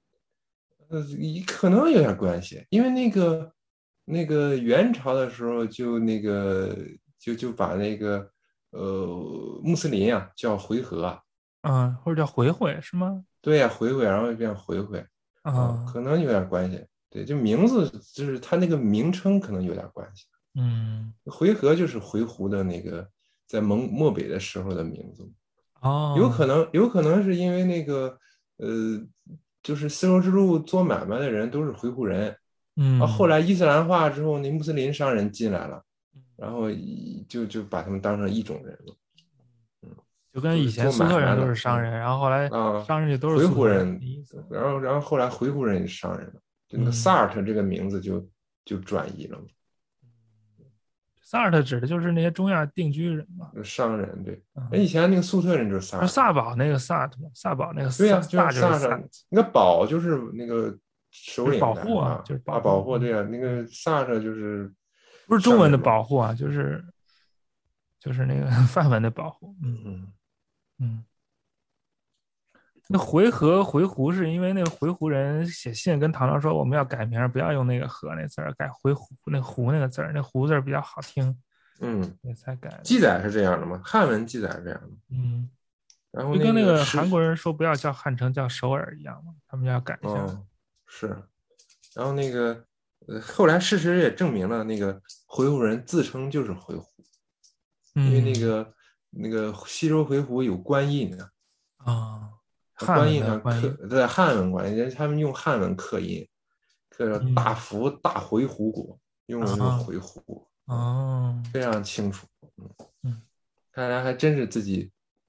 Speaker 2: 可能有点关系，因为那个元朝的时候就就把那个穆斯林啊叫回纥啊。
Speaker 1: 或者叫回回是吗？
Speaker 2: 对呀、回回，然后就变回回。
Speaker 1: 啊，
Speaker 2: 可能有点关系。对，就名字就是它那个名称可能有点关系。
Speaker 1: 嗯，
Speaker 2: 回纥就是回鹘的那个在漠北的时候的名字。
Speaker 1: 哦，
Speaker 2: 有可能是因为那个呃，就是丝绸之路做买卖的人都是回鹘人。后
Speaker 1: 嗯，
Speaker 2: 来伊斯兰化之后，那穆斯林商人进来了，然后就把他们当成一种人了。嗯，
Speaker 1: 就跟以前
Speaker 2: 都是做
Speaker 1: 苏特人都是
Speaker 2: 买卖的。
Speaker 1: 商人，然后后来商人就都是
Speaker 2: 回
Speaker 1: 苏特人的
Speaker 2: 鹘人，
Speaker 1: 意思。
Speaker 2: 然后后来回鹘人也是商人了，就那个萨
Speaker 1: 嗯，
Speaker 2: 尔特这个名字就转移了嘛。
Speaker 1: 萨尔特指的就是那些中亚定居人嘛。
Speaker 2: 商人对。哎，以
Speaker 1: 嗯，
Speaker 2: 前那个粟特人就是萨
Speaker 1: 说
Speaker 2: 尔特。
Speaker 1: 萨宝那个萨特嘛，萨宝那个
Speaker 2: 对呀、就是
Speaker 1: 萨就是
Speaker 2: 萨特，
Speaker 1: 萨，
Speaker 2: 那个宝就是那个
Speaker 1: 就是
Speaker 2: 首领
Speaker 1: 保护啊，
Speaker 2: 的是吧？
Speaker 1: 就是保护。
Speaker 2: 保护，对呀、那个萨特就是
Speaker 1: 不是中文的
Speaker 2: 商人嘛。
Speaker 1: 保护啊，就是那个梵文的保护。嗯
Speaker 2: 嗯，
Speaker 1: 嗯。那回鹘是因为那个回鹘人写信跟唐朝说我们要改名，不要用那个“和”那字儿，改回鹘那“胡”那个字儿，那“胡”字儿比较好听，
Speaker 2: 嗯，
Speaker 1: 也才改的。
Speaker 2: 记载是这样的嘛，汉文记载是这样的。
Speaker 1: 嗯，
Speaker 2: 然后那
Speaker 1: 就跟那个韩
Speaker 2: 个是，
Speaker 1: 国人说不要叫汉城，叫首尔一样嘛，他们要改一下。
Speaker 2: 是，然后那个后来事实也证明了，那个回鹘人自称就是回鹘，因为那
Speaker 1: 嗯
Speaker 2: 个那个西周回鹘有官印的。
Speaker 1: 汉文
Speaker 2: 官印上
Speaker 1: 的官音。
Speaker 2: 在汉文官印，他们用汉文刻印，刻着大
Speaker 1: 嗯
Speaker 2: 福大回鹘国，用的就是
Speaker 1: 啊
Speaker 2: 回鹘。
Speaker 1: 哦
Speaker 2: 非常清楚。
Speaker 1: 嗯
Speaker 2: 看来还真是自己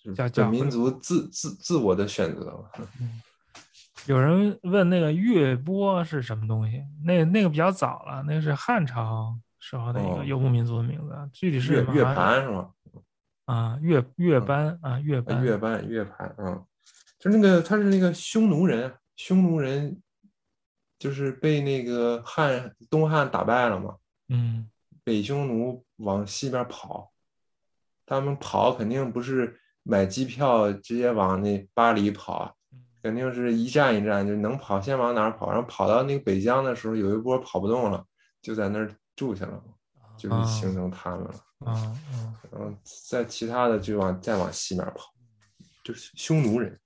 Speaker 2: 本
Speaker 1: 叫回国。
Speaker 2: 民族自我的选择嘛。
Speaker 1: 嗯，有人问那个乐波是什么东西？那个比较早了，那个是汉朝时候的一个
Speaker 2: 哦，
Speaker 1: 游牧民族的名字，具体是什么好
Speaker 2: 乐
Speaker 1: 像
Speaker 2: 盘是吗？
Speaker 1: 乐
Speaker 2: 嗯，
Speaker 1: 班啊乐班。
Speaker 2: 乐盘，就那个他是那个匈奴人，匈奴人就是被那个东汉打败了嘛，
Speaker 1: 嗯
Speaker 2: 北匈奴往西边跑，他们跑肯定不是买机票直接往那巴黎跑啊，肯定是一站一站，就能跑先往哪儿跑，然后跑到那个北疆的时候，有一波跑不动了，就在那儿住下了，就是形
Speaker 1: 啊
Speaker 2: 成他们了。
Speaker 1: 啊
Speaker 2: 然后在其他的就再往西面跑，就是匈奴人。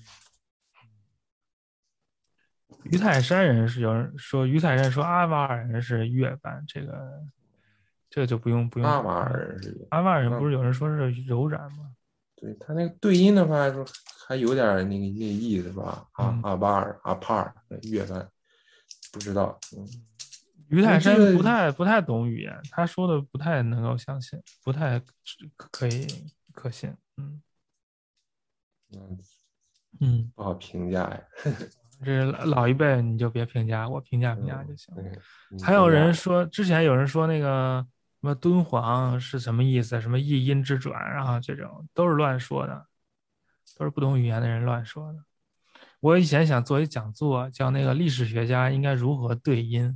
Speaker 1: 于泰山人是有人说，于泰山说阿瓦尔人是月班，这个就不用
Speaker 2: 阿瓦
Speaker 1: 管它了。
Speaker 2: 尔是，
Speaker 1: 阿瓦尔人不
Speaker 2: 嗯，
Speaker 1: 是有人说是柔然吗？
Speaker 2: 对他那个对音的话，说还有点那个意思吧？
Speaker 1: 嗯，
Speaker 2: 阿巴尔、阿帕尔、月班，不知道。
Speaker 1: 于泰山
Speaker 2: 那这个，
Speaker 1: 不太懂语言，他说的不太能够相信，不太可以可信。嗯
Speaker 2: 嗯，
Speaker 1: 嗯，
Speaker 2: 不好评价呀。
Speaker 1: 这老一辈你就别评价，我评价就行了。
Speaker 2: 对，你
Speaker 1: 还有
Speaker 2: 评价吧。
Speaker 1: 人说，之前有人说那个什么敦煌是什么意思，什么译音之转，然后这种都是乱说的，都是不懂语言的人乱说的。我以前想做一讲座，叫那个历史学家应该如何对音。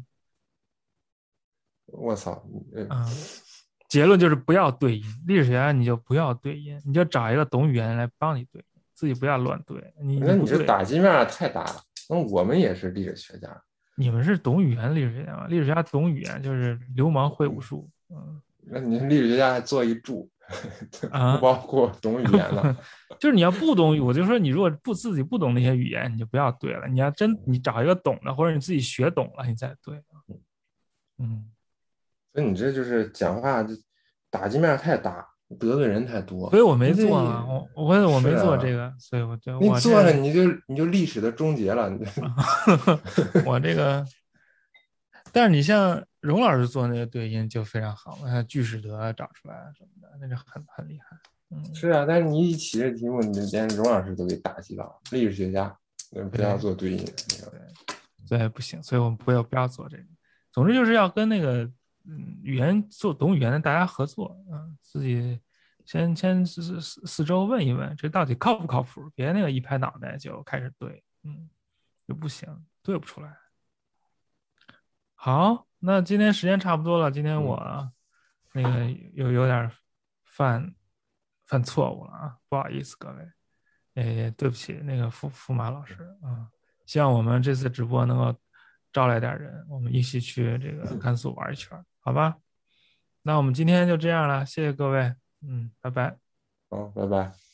Speaker 2: 我操，
Speaker 1: 嗯，结论就是不要对音，历史学家你就不要对音，你就找一个懂语言的人来帮你对音，自己不要乱对。你
Speaker 2: 那你这
Speaker 1: 不对，
Speaker 2: 打击面太大了。那我们也是历史学家，
Speaker 1: 你们是懂语言的历史学家吗？历史学家懂语言就是流氓会武
Speaker 2: 嗯，
Speaker 1: 术。嗯
Speaker 2: 那你历史学家还做一注，不
Speaker 1: 啊，
Speaker 2: 包括懂语言的。
Speaker 1: 就是你要不懂，我就说你如果自己不懂那些语言，你就不要对了。你要真你找一个懂的，或者你自己学懂了，你再对。嗯，
Speaker 2: 所以你这就是讲话就打击面太大，得罪人太多。
Speaker 1: 所以我没
Speaker 2: 你
Speaker 1: 做嘛，
Speaker 2: 这
Speaker 1: 我没做这
Speaker 2: 是啊，
Speaker 1: 个，所以
Speaker 2: 你做了
Speaker 1: 我这
Speaker 2: 你就历史的终结了。你这
Speaker 1: 我这个，但是你像荣老师做那个对音就非常好，句式德找出来什么的，那就很厉害。嗯，
Speaker 2: 是啊，但是你一起这题目，你连荣老师都给打击到了，历史学家，非要
Speaker 1: 对
Speaker 2: 做对应。
Speaker 1: 对，所以不行，所以我们不要做这个。总之就是要跟那个语言懂语言的大家合作，自己先四周问一问，这到底靠不靠谱？别那个一拍脑袋就开始对，就不行，对不出来。好，那今天时间差不多了，今天
Speaker 2: 嗯，
Speaker 1: 我那个有点犯犯错误了啊，不好意思各位，也对不起那个驸马老师啊，希望我们这次直播能够招来点人，我们一起去这个甘肃玩一圈，好吧？那我们今天就这样了，谢谢各位，拜拜。
Speaker 2: 好，拜拜。